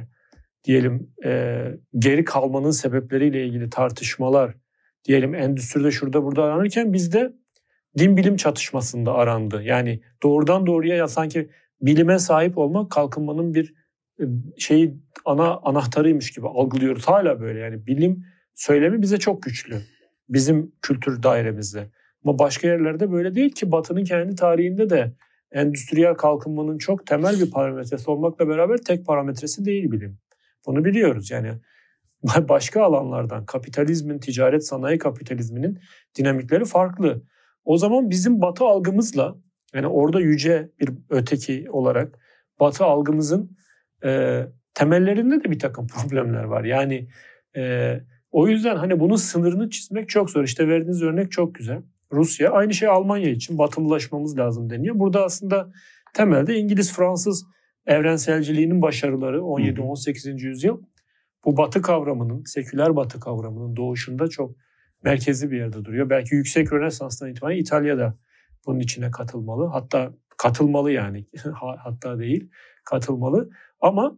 diyelim e, geri kalmanın sebepleriyle ilgili tartışmalar diyelim endüstride şurada burada aranırken bizde din bilim çatışmasında arandı. Yani doğrudan doğruya ya sanki bilime sahip olmak kalkınmanın bir şeyi ana anahtarıymış gibi algılıyoruz. Hala böyle yani bilim söylemi bize çok güçlü. Bizim kültür dairemizde. Ama başka yerlerde böyle değil ki Batı'nın kendi tarihinde de endüstriyel kalkınmanın çok temel bir parametresi olmakla beraber tek parametresi değil bilim. Bunu biliyoruz yani. Başka alanlardan kapitalizmin, ticaret sanayi kapitalizminin dinamikleri farklı. O zaman bizim Batı algımızla yani orada yüce bir öteki olarak Batı algımızın e, temellerinde de bir takım problemler var. Yani e, o yüzden hani bunun sınırını çizmek çok zor. İşte verdiğiniz örnek çok güzel. Rusya, aynı şey Almanya için batılılaşmamız lazım deniyor. Burada aslında temelde İngiliz-Fransız evrenselciliğinin başarıları on yedi on sekizinci yüzyıl bu Batı kavramının, seküler Batı kavramının doğuşunda çok merkezi bir yerde duruyor. Belki yüksek Rönesans'tan itibaren İtalya'da bunun içine katılmalı. Hatta katılmalı yani. Hatta değil, katılmalı. Ama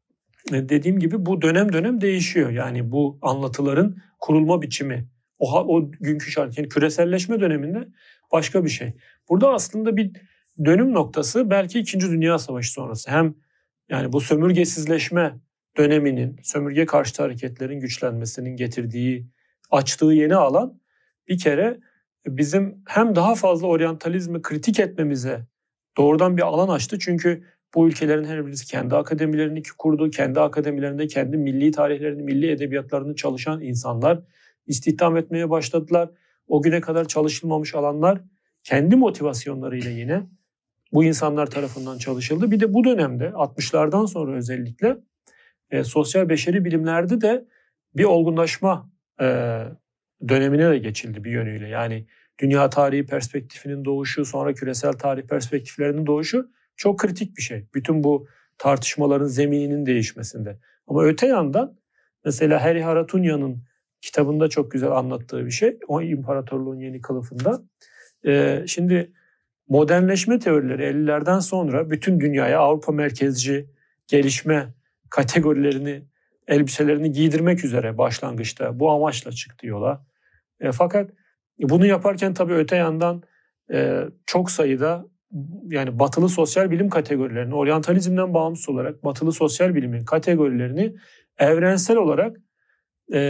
dediğim gibi bu dönem dönem değişiyor. Yani bu anlatıların kurulma biçimi. O, o günkü şart. Yani küreselleşme döneminde başka bir şey. Burada aslında bir dönüm noktası belki İkinci Dünya Savaşı sonrası. Hem yani bu sömürgesizleşme döneminin, sömürge karşıtı hareketlerin güçlenmesinin getirdiği, açtığı yeni alan bir kere bizim hem daha fazla oryantalizmi kritik etmemize doğrudan bir alan açtı. Çünkü bu ülkelerin her birisi kendi akademilerini kurdu. Kendi akademilerinde kendi milli tarihlerini, milli edebiyatlarını çalışan insanlar istihdam etmeye başladılar. O güne kadar çalışılmamış alanlar kendi motivasyonlarıyla yine bu insanlar tarafından çalışıldı. Bir de bu dönemde altmışlardan sonra özellikle e, sosyal beşeri bilimlerde de bir olgunlaşma e, dönemine de geçildi bir yönüyle. Yani dünya tarihi perspektifinin doğuşu, sonra küresel tarih perspektiflerinin doğuşu çok kritik bir şey. Bütün bu tartışmaların zemininin değişmesinde. Ama öte yandan mesela Harry Haratunya'nın kitabında çok güzel anlattığı bir şey. O İmparatorluğun Yeni Kılıfı'nda. Ee, şimdi modernleşme teorileri ellilerden sonra bütün dünyaya Avrupa merkezci gelişme kategorilerini, elbiselerini giydirmek üzere başlangıçta bu amaçla çıktı yola. E, fakat bunu yaparken tabii öte yandan e, çok sayıda yani batılı sosyal bilim kategorilerini, oryantalizmden bağımsız olarak batılı sosyal bilimin kategorilerini evrensel olarak e,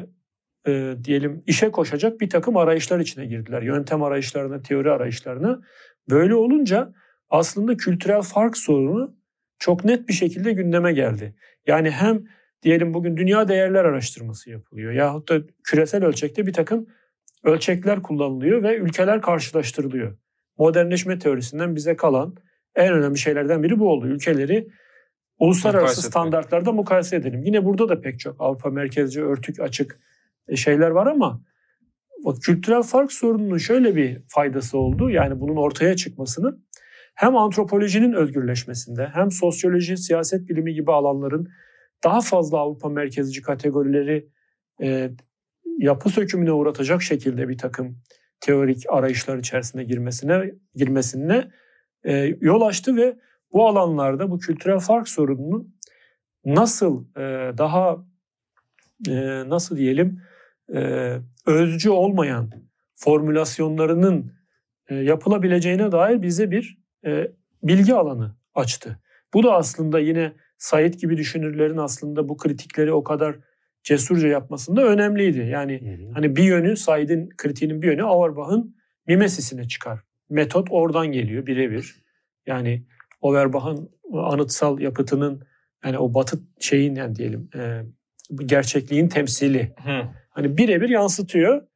e, diyelim işe koşacak bir takım arayışlar içine girdiler. Yöntem arayışlarına, teori arayışlarına. Böyle olunca aslında kültürel fark sorunu çok net bir şekilde gündeme geldi. Yani hem diyelim bugün dünya değerler araştırması yapılıyor yahut da küresel ölçekte bir takım ölçekler kullanılıyor ve ülkeler karşılaştırılıyor. Modernleşme teorisinden bize kalan en önemli şeylerden biri bu oldu. Ülkeleri uluslararası standartlarda mukayese edelim. Yine burada da pek çok Avrupa merkezci, örtük, açık şeyler var ama o kültürel fark sorununun şöyle bir faydası oldu. Yani bunun ortaya çıkmasını hem antropolojinin özgürleşmesinde hem sosyoloji, siyaset bilimi gibi alanların daha fazla Avrupa merkezci kategorileri e, yapı sökümüne uğratacak şekilde bir takım teorik arayışlar içerisine girmesine girmesine e, yol açtı ve bu alanlarda bu kültürel fark sorununun nasıl e, daha e, nasıl diyelim e, özcü olmayan formülasyonlarının e, yapılabileceğine dair bize bir e, bilgi alanı açtı. Bu da aslında yine Said gibi düşünürlerin aslında bu kritikleri o kadar cesurca yapmasında önemliydi. Yani hı hı. hani bir yönü Said'in kritiğinin bir yönü Auerbach'ın mimesisine çıkar. Metot oradan geliyor birebir. Yani Auerbach'ın anıtsal yapıtının yani o batı şeyin yani diyelim e, gerçekliğin temsili. Hı. Hani birebir yansıtıyor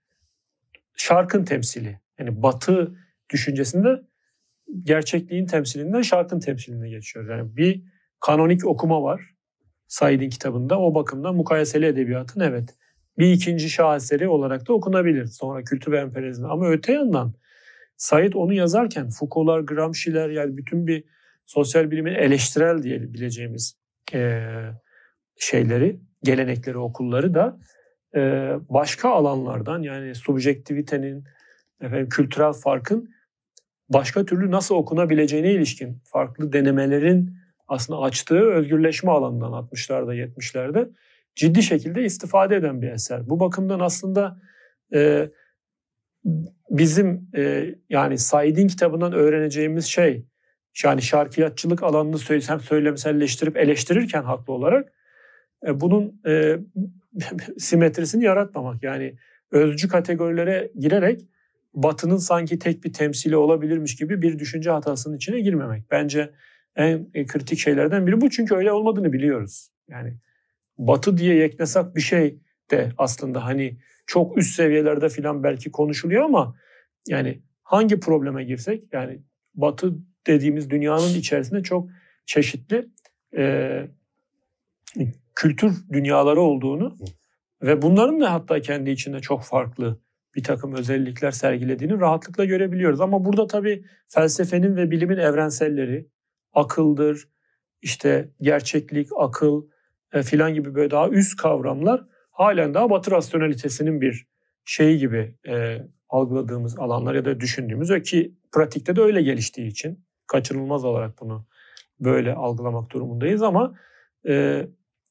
şarkın temsili. Yani batı düşüncesinde gerçekliğin temsilinden şarkın temsiline geçiyor. Yani bir kanonik okuma var Said'in kitabında. O bakımdan mukayeseli edebiyatın evet bir ikinci şaheseri olarak da okunabilir. Sonra kültür ve emperyalizm. Ama öte yandan Said onu yazarken Foucault'lar, Gramsci'ler yani bütün bir sosyal bilimin eleştirel diyebileceğimiz e, şeyleri, gelenekleri, okulları da e, başka alanlardan yani subjektivitenin, efendim, kültürel farkın başka türlü nasıl okunabileceğine ilişkin farklı denemelerin aslında açtığı özgürleşme alanından altmışlarda yetmişlerde ciddi şekilde istifade eden bir eser. Bu bakımdan aslında e, bizim e, yani Said'in kitabından öğreneceğimiz şey, yani şarkiyatçılık alanını söylesem söylemselleştirip eleştirirken haklı olarak e, bunun e, simetrisini yaratmamak. Yani özcü kategorilere girerek Batı'nın sanki tek bir temsili olabilirmiş gibi bir düşünce hatasının içine girmemek. Bence en kritik şeylerden biri bu, çünkü öyle olmadığını biliyoruz. Yani Batı diye yeknesak bir şey de aslında hani çok üst seviyelerde filan belki konuşuluyor ama yani hangi probleme girsek, yani Batı dediğimiz dünyanın içerisinde çok çeşitli e, kültür dünyaları olduğunu ve bunların da hatta kendi içinde çok farklı bir takım özellikler sergilediğini rahatlıkla görebiliyoruz. Ama burada tabii felsefenin ve bilimin evrenselleri, akıldır, işte gerçeklik, akıl e, filan gibi böyle daha üst kavramlar halen daha Batı rasyonalitesinin bir şeyi gibi e, algıladığımız alanlar ya da düşündüğümüz, ve ki pratikte de öyle geliştiği için kaçınılmaz olarak bunu böyle algılamak durumundayız. Ama e,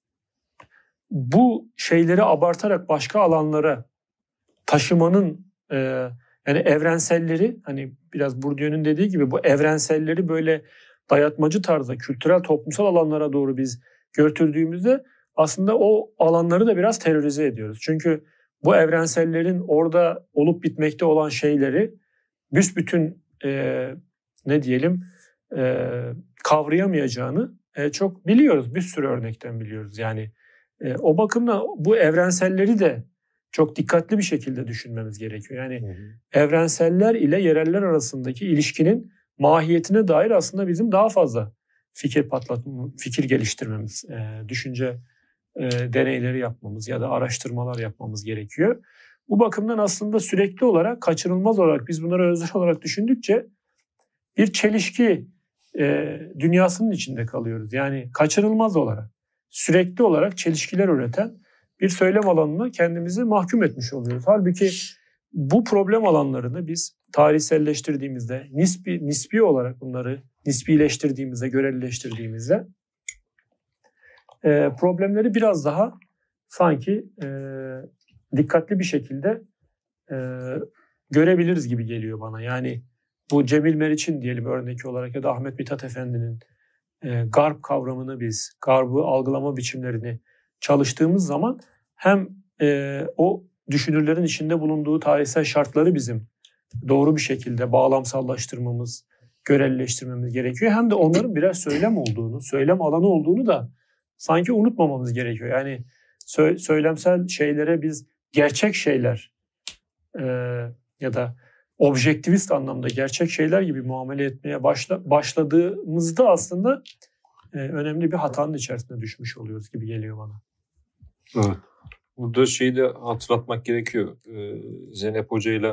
bu şeyleri abartarak başka alanlara taşımanın e, yani evrenselleri, hani biraz Bourdieu'nun dediği gibi bu evrenselleri böyle dayatmacı tarzda kültürel toplumsal alanlara doğru biz götürdüğümüzde aslında o alanları da biraz terörize ediyoruz. Çünkü bu evrensellerin orada olup bitmekte olan şeyleri büsbütün e, ne diyelim e, kavrayamayacağını e, çok biliyoruz. Bir sürü örnekten biliyoruz. Yani e, o bakımdan bu evrenselleri de çok dikkatli bir şekilde düşünmemiz gerekiyor. Yani hı hı. evrenseller ile yereller arasındaki ilişkinin mahiyetine dair aslında bizim daha fazla fikir patlatmamız, fikir geliştirmemiz, e, düşünce e, deneyleri yapmamız ya da araştırmalar yapmamız gerekiyor. Bu bakımdan aslında sürekli olarak, kaçınılmaz olarak biz bunları özgür olarak düşündükçe bir çelişki e, dünyasının içinde kalıyoruz. Yani kaçınılmaz olarak, sürekli olarak çelişkiler üreten bir söylem alanına kendimizi mahkum etmiş oluyoruz. Halbuki bu problem alanlarını biz tarihselleştirdiğimizde, nispi, nispi olarak bunları nisbileştirdiğimizde, görelileştirdiğimizde e, problemleri biraz daha sanki e, dikkatli bir şekilde e, görebiliriz gibi geliyor bana. Yani bu Cemil Meriç'in diyelim örneki olarak ya da Ahmet Mithat Efendi'nin e, Garp kavramını biz, Garb'ı algılama biçimlerini çalıştığımız zaman hem e, o düşünürlerin içinde bulunduğu tarihsel şartları bizim doğru bir şekilde bağlamsallaştırmamız, görelileştirmemiz gerekiyor. Hem de onların birer söylem olduğunu, söylem alanı olduğunu da sanki unutmamamız gerekiyor. Yani sö- söylemsel şeylere biz gerçek şeyler e, ya da objektivist anlamda gerçek şeyler gibi muamele etmeye başla, başladığımızda aslında e, önemli bir hatanın içerisine düşmüş oluyoruz gibi geliyor bana.
Evet. Burada şeyi de hatırlatmak gerekiyor. Ee, Zeynep Hoca ile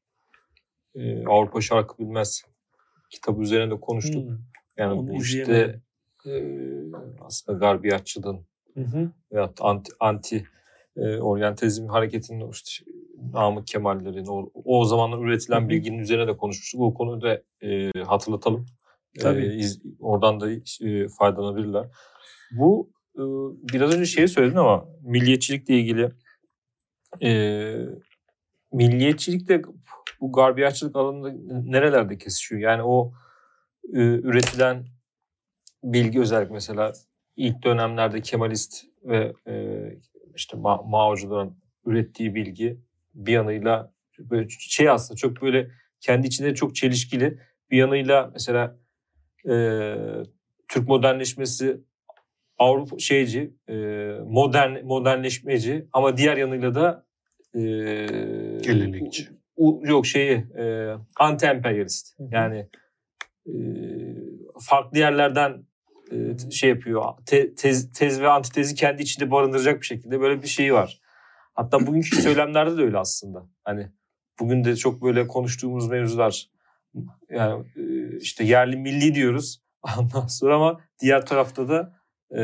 e, Avrupa Şarkı Bilmez kitabı üzerine konuştuk. Hmm. Yani Onu bu işte e, aslında garbiyatçılığın veyahut anti, anti e, oryantalizm hareketinin işte, Namık Kemal'lerin o, o zamanlar üretilen Hı-hı. bilginin üzerine de konuşmuştuk. Bu konuyu da e, hatırlatalım. Tabii. E, iz, oradan da e, faydalanabilirler. Bu e, biraz önce şeyi söyledin ama milliyetçilikle ilgili e, milliyetçilikte bu garbiyatçılık alanında nerelerde kesişiyor? Yani o e, üretilen bilgi, özellikle mesela ilk dönemlerde Kemalist ve e, işte Ma- Mao'cuların ürettiği bilgi bir yanıyla böyle şey aslında çok böyle kendi içinde çok çelişkili, bir yanıyla mesela e, Türk modernleşmesi Avrupa şeyci, e, modern modernleşmeci, ama diğer yanıyla da e,
geleneğinci.
Yok şeyi e, anti-emperyalist. Yani e, farklı yerlerden e, şey yapıyor. Te, tez, tez ve antitezi kendi içinde barındıracak bir şekilde böyle bir şeyi var. Hatta bugünkü söylemlerde de öyle aslında. Hani bugün de çok böyle konuştuğumuz mevzular, yani e, işte yerli milli diyoruz. Ondan sonra ama diğer tarafta da e,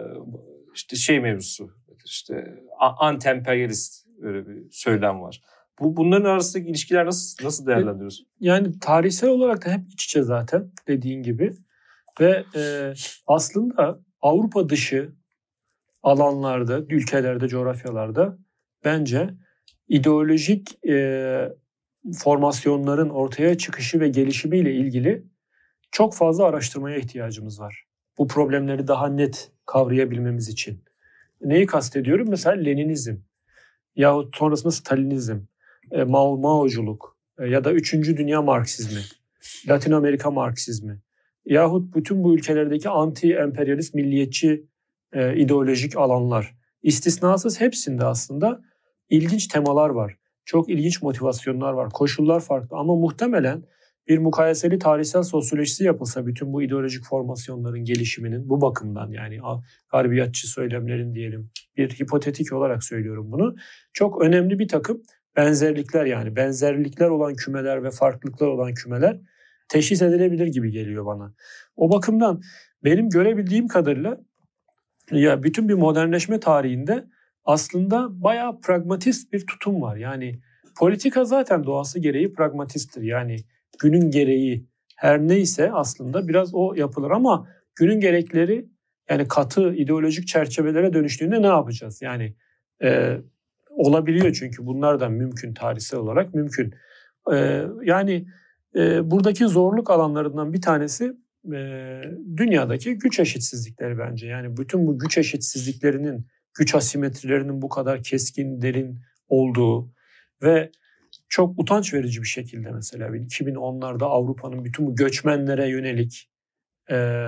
işte şey mevzusu, işte anti-emperyalist öyle bir söylem var. Bu bunların arasındaki ilişkiler nasıl nasıl değerlendiriyorsun?
Yani tarihsel olarak da hep iç içe zaten dediğin gibi ve e, aslında Avrupa dışı alanlarda, ülkelerde, coğrafyalarda bence ideolojik e, formasyonların ortaya çıkışı ve gelişimiyle ilgili çok fazla araştırmaya ihtiyacımız var. Bu problemleri daha net kavrayabilmemiz için. Neyi kastediyorum? Mesela Leninizm yahut sonrasında Stalinizm, e, Mao, Maoculuk e, ya da Üçüncü Dünya Marksizmi, Latin Amerika Marksizmi yahut bütün bu ülkelerdeki anti-emperyalist, milliyetçi e, ideolojik alanlar. İstisnasız hepsinde aslında ilginç temalar var. Çok ilginç motivasyonlar var. Koşullar farklı ama muhtemelen bir mukayeseli tarihsel sosyolojisi yapılsa bütün bu ideolojik formasyonların gelişiminin bu bakımdan yani garbiyatçı söylemlerin diyelim bir hipotetik olarak söylüyorum bunu. Çok önemli bir takım benzerlikler yani benzerlikler olan kümeler ve farklılıklar olan kümeler teşhis edilebilir gibi geliyor bana. O bakımdan benim görebildiğim kadarıyla ya bütün bir modernleşme tarihinde aslında bayağı pragmatist bir tutum var. Yani politika zaten doğası gereği pragmatisttir. Yani günün gereği her neyse aslında biraz o yapılır ama günün gerekleri yani katı ideolojik çerçevelere dönüştüğünde ne yapacağız? Yani e, olabiliyor çünkü bunlardan mümkün tarihsel olarak mümkün. E, yani e, buradaki zorluk alanlarından bir tanesi e, dünyadaki güç eşitsizlikleri bence. Yani bütün bu güç eşitsizliklerinin, güç asimetrilerinin bu kadar keskin, derin olduğu ve çok utanç verici bir şekilde mesela iki bin onlarda Avrupa'nın bütün bu göçmenlere yönelik e,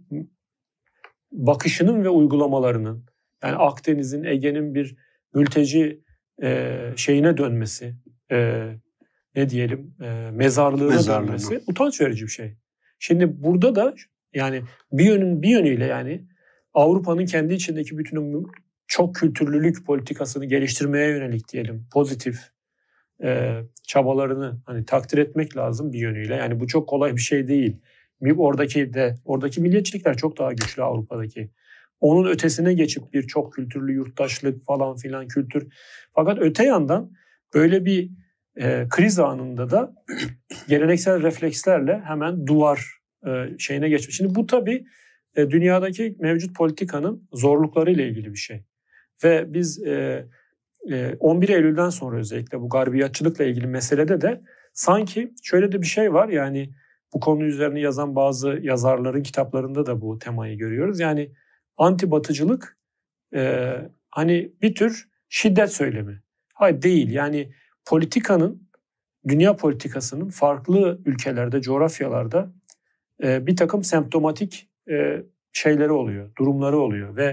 bakışının ve uygulamalarının yani Akdeniz'in, Ege'nin bir mülteci e, şeyine dönmesi, e, ne diyelim e, mezarlığına
Mezarlığına.
dönmesi utanç verici bir şey. Şimdi burada da yani bir yönün bir yönüyle yani Avrupa'nın kendi içindeki bütün çok kültürlülük politikasını geliştirmeye yönelik diyelim pozitif e, çabalarını hani takdir etmek lazım bir yönüyle. Yani bu çok kolay bir şey değil. Oradaki de oradaki milliyetçilikler çok daha güçlü Avrupa'daki. Onun ötesine geçip bir çok kültürlü yurttaşlık falan filan kültür. Fakat öte yandan böyle bir e, kriz anında da geleneksel reflekslerle hemen duvar e, şeyine geçmiş. Şimdi bu tabii e, dünyadaki mevcut politikanın zorluklarıyla ilgili bir şey. Ve biz e, e, on bir Eylül'den sonra özellikle bu garbiyatçılıkla ilgili meselede de sanki şöyle de bir şey var. Yani bu konu üzerine yazan bazı yazarların kitaplarında da bu temayı görüyoruz. Yani anti-batıcılık e, hani bir tür şiddet söylemi. Hayır değil yani politikanın, dünya politikasının farklı ülkelerde, coğrafyalarda e, bir takım semptomatik e, şeyleri oluyor, durumları oluyor ve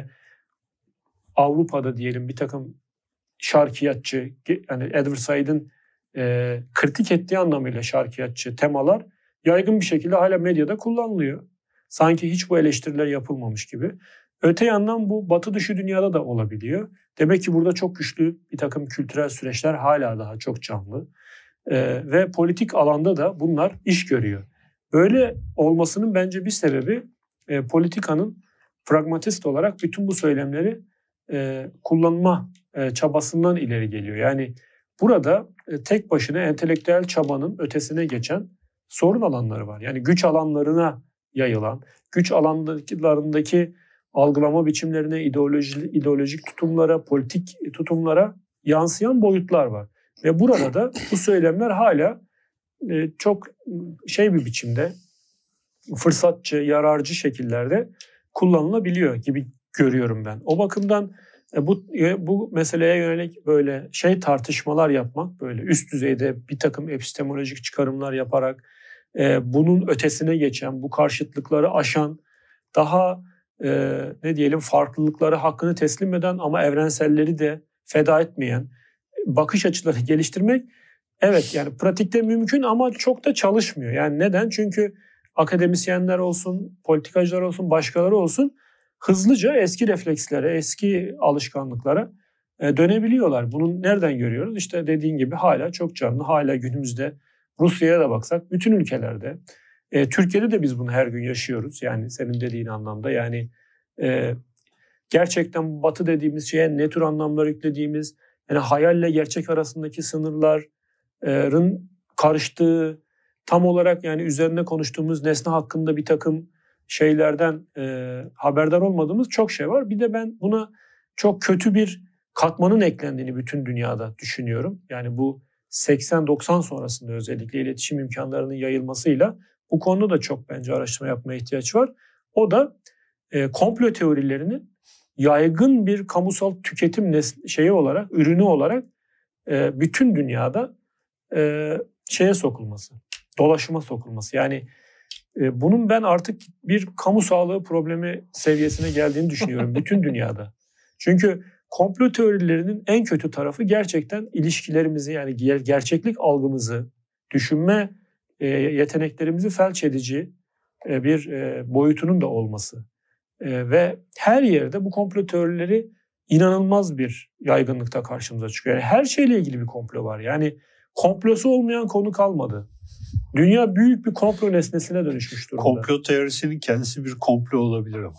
Avrupa'da diyelim bir takım şarkiyatçı, yani Edward Said'in e, kritik ettiği anlamıyla şarkiyatçı temalar yaygın bir şekilde hala medyada kullanılıyor. Sanki hiç bu eleştiriler yapılmamış gibi. Öte yandan bu batı dışı dünyada da olabiliyor. Demek ki burada çok güçlü bir takım kültürel süreçler hala daha çok canlı. E, ve politik alanda da bunlar iş görüyor. Böyle olmasının bence bir sebebi e, politikanın pragmatist olarak bütün bu söylemleri e, kullanma e, çabasından ileri geliyor. Yani burada e, tek başına entelektüel çabanın ötesine geçen sorun alanları var. Yani güç alanlarına yayılan, güç alanlarındaki algılama biçimlerine, ideoloji, ideolojik tutumlara, politik tutumlara yansıyan boyutlar var. Ve burada da bu söylemler hala e, çok şey bir biçimde, fırsatçı, yararcı şekillerde kullanılabiliyor gibi görüyorum ben. O bakımdan e, bu e, bu meseleye yönelik böyle şey tartışmalar yapmak, böyle üst düzeyde bir takım epistemolojik çıkarımlar yaparak e, bunun ötesine geçen, bu karşıtlıkları aşan, daha e, ne diyelim farklılıkları hakkını teslim eden ama evrenselleri de feda etmeyen bakış açıları geliştirmek, evet yani pratikte mümkün ama çok da çalışmıyor. Yani neden? Çünkü akademisyenler olsun, politikacılar olsun, başkaları olsun hızlıca eski reflekslere, eski alışkanlıklara dönebiliyorlar. Bunu nereden görüyoruz? İşte dediğin gibi hala çok canlı, hala günümüzde Rusya'ya da baksak bütün ülkelerde. E, Türkiye'de de biz bunu her gün yaşıyoruz. Yani senin dediğin anlamda yani e, gerçekten Batı dediğimiz şeye ne tür anlamlar yüklediğimiz, yani hayalle gerçek arasındaki sınırların karıştığı, tam olarak yani üzerine konuştuğumuz nesne hakkında bir takım şeylerden e, haberdar olmadığımız çok şey var. Bir de ben buna çok kötü bir katmanın eklendiğini bütün dünyada düşünüyorum. Yani bu seksen doksan sonrasında özellikle iletişim imkanlarının yayılmasıyla bu konuda da çok bence araştırma yapmaya ihtiyaç var. O da e, komplo teorilerinin yaygın bir kamusal tüketim nes- şeyi olarak, ürünü olarak e, bütün dünyada e, şeye sokulması, dolaşıma sokulması. Yani e, bunun ben artık bir kamu sağlığı problemi seviyesine geldiğini düşünüyorum bütün dünyada. Çünkü komplo teorilerinin en kötü tarafı gerçekten ilişkilerimizi, yani gerçeklik algımızı, düşünme e, yeteneklerimizi felç edici e, bir e, boyutunun da olması. E, ve her yerde bu komplo teorileri inanılmaz bir yaygınlıkta karşımıza çıkıyor. Yani her şeyle ilgili bir komplo var. Yani komplosu olmayan konu kalmadı. Dünya büyük bir komplo nesnesine dönüşmüş durumda.
Komplo teorisinin kendisi bir komplo olabilir ama.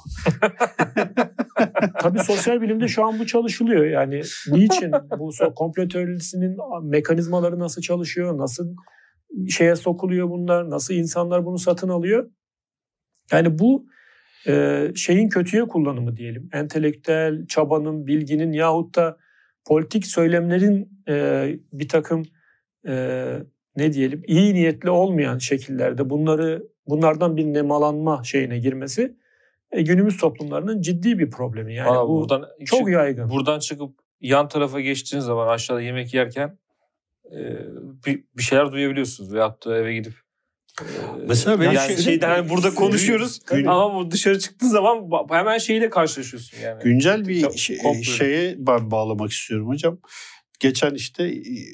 Tabii sosyal bilimde şu an bu çalışılıyor. Yani niçin bu komplo teorisinin mekanizmaları nasıl çalışıyor, nasıl şeye sokuluyor bunlar, nasıl insanlar bunu satın alıyor? Yani bu e, şeyin kötüye kullanımı diyelim. Entelektüel çabanın, bilginin yahut da politik söylemlerin e, bir takım e, ne diyelim iyi niyetli olmayan şekillerde bunları bunlardan bir nemalanma şeyine girmesi e, günümüz toplumlarının ciddi bir problemi. Yani
Aa,
bu
buradan
çok
çık,
yaygın.
Buradan çıkıp yan tarafa geçtiğiniz zaman aşağıda yemek yerken e, bir, bir şeyler duyabiliyorsunuz veyahut da eve gidip e,
mesela
yani
şey,
şeyden hani burada konuşuyoruz
Gün,
ama bu dışarı çıktığı zaman hemen şeyle karşılaşıyorsun yani.
Güncel bir şey, şeye bağlamak istiyorum hocam. Geçen işte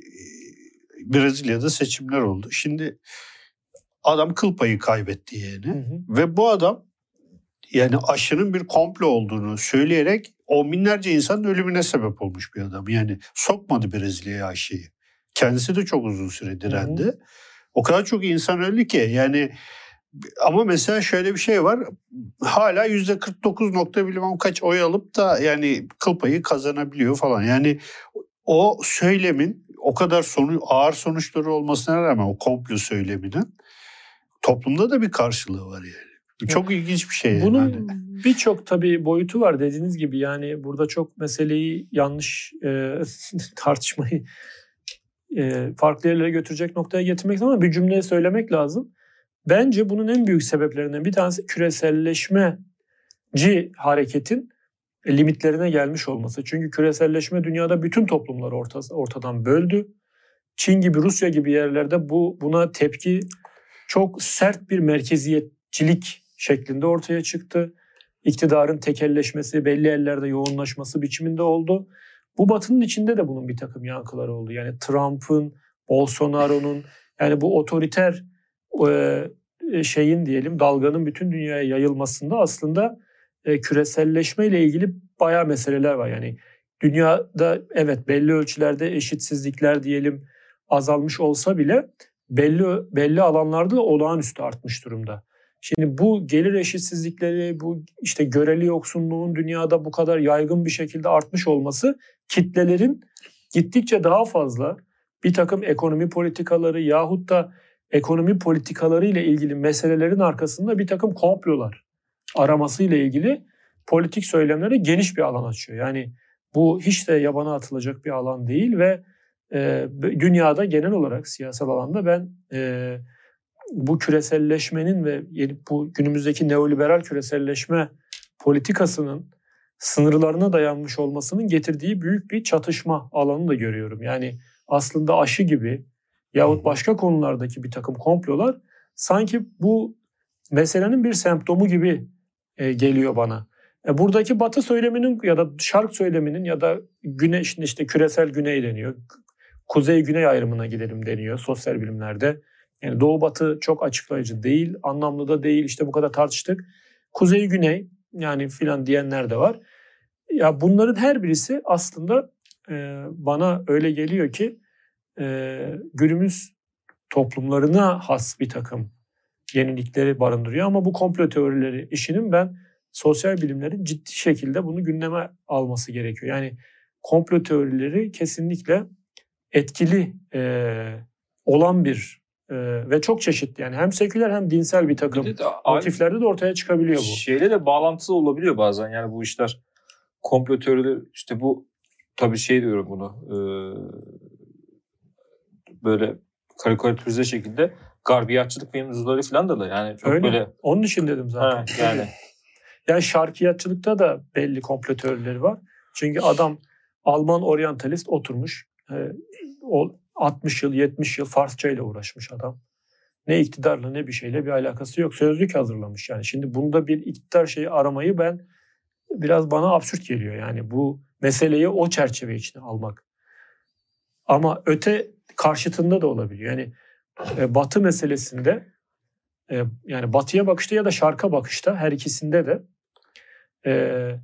Brezilya'da seçimler oldu. Şimdi adam kıl payı kaybetti yani. Hı hı. Ve bu adam yani aşının bir komplo olduğunu söyleyerek on binlerce insanın ölümüne sebep olmuş bir adam. Yani sokmadı Brezilya'ya aşıyı. Kendisi de çok uzun süre direndi. Hı hı. O kadar çok insan öldü ki yani, ama mesela şöyle bir şey var. Hala yüzde kırk dokuz nokta bilmem kaç oy alıp da yani kıl payı kazanabiliyor falan. Yani o söylemin o kadar sonu, ağır sonuçları olmasına rağmen o komplo söyleminin toplumda da bir karşılığı var yani. Bu çok evet. ilginç bir şey.
Bunun
yani.
birçok tabii boyutu var dediğiniz gibi. Yani burada çok meseleyi yanlış e, tartışmayı e, farklı yerlere götürecek noktaya getirmek ama bir cümle söylemek lazım. Bence bunun en büyük sebeplerinden bir tanesi küreselleşmeci hareketin limitlerine gelmiş olması. Çünkü küreselleşme dünyada bütün toplumları orta, ortadan böldü. Çin gibi, Rusya gibi yerlerde bu buna tepki çok sert bir merkeziyetçilik şeklinde ortaya çıktı. İktidarın tekelleşmesi, belli ellerde yoğunlaşması biçiminde oldu. Bu Batı'nın içinde de bunun bir takım yankıları oldu. Yani Trump'ın, Bolsonaro'nun, yani bu otoriter e, şeyin diyelim dalganın bütün dünyaya yayılmasında aslında e, küreselleşmeyle ilgili bayağı meseleler var. Yani dünyada evet belli ölçülerde eşitsizlikler diyelim azalmış olsa bile belli belli alanlarda da olağanüstü artmış durumda. Şimdi bu gelir eşitsizlikleri, bu işte göreli yoksunluğun dünyada bu kadar yaygın bir şekilde artmış olması kitlelerin gittikçe daha fazla bir takım ekonomi politikaları yahut da ekonomi politikaları ile ilgili meselelerin arkasında bir takım komplolar araması ile ilgili politik söylemlere geniş bir alan açıyor. Yani bu hiç de yabana atılacak bir alan değil ve e, dünyada genel olarak siyasal alanda ben e, bu küreselleşmenin ve bu günümüzdeki neoliberal küreselleşme politikasının sınırlarına dayanmış olmasının getirdiği büyük bir çatışma alanını da görüyorum. Yani aslında aşı gibi yahut başka konulardaki bir takım komplolar sanki bu meselenin bir semptomu gibi e, geliyor bana. E, buradaki Batı söyleminin ya da Şark söyleminin ya da güneş işte küresel güney deniyor. Kuzey-güney ayrımına gidelim deniyor sosyal bilimlerde. Yani Doğu-Batı çok açıklayıcı değil, anlamlı da değil. İşte bu kadar tartıştık. Kuzey-güney yani filan diyenler de var. Ya bunların her birisi aslında e, bana öyle geliyor ki e, günümüz toplumlarına has bir takım yenilikleri barındırıyor. Ama bu komplo teorileri işinin ben sosyal bilimlerin ciddi şekilde bunu gündeme alması gerekiyor. Yani komplo teorileri kesinlikle etkili e, olan bir e, ve çok çeşitli. Yani hem seküler hem dinsel bir takım
Bir de
motiflerde de ortaya çıkabiliyor bu.
Şeyle de bağlantısı olabiliyor bazen. Yani bu işler komplo teorileri işte bu tabii şey diyorum bunu e, böyle karikatürize şekilde garbiyatçılık mevzuları falan da da yani çok
Öyle.
böyle.
Onun için dedim zaten.
Ha, yani.
Yani şarkiyatçılıkta da belli komplo teorileri var. Çünkü adam Alman oryantalist oturmuş. E, o altmış yıl yetmiş yıl Farsça ile uğraşmış adam. Ne iktidarla ne bir şeyle bir alakası yok. Sözlük hazırlamış yani. Şimdi bunda bir iktidar şeyi aramayı ben biraz bana absürt geliyor. Yani bu meseleyi o çerçeve içine almak. Ama öte karşıtında da olabiliyor. Yani e, Batı meselesinde e, yani Batı'ya bakışta ya da Şark'a bakışta her ikisinde de e,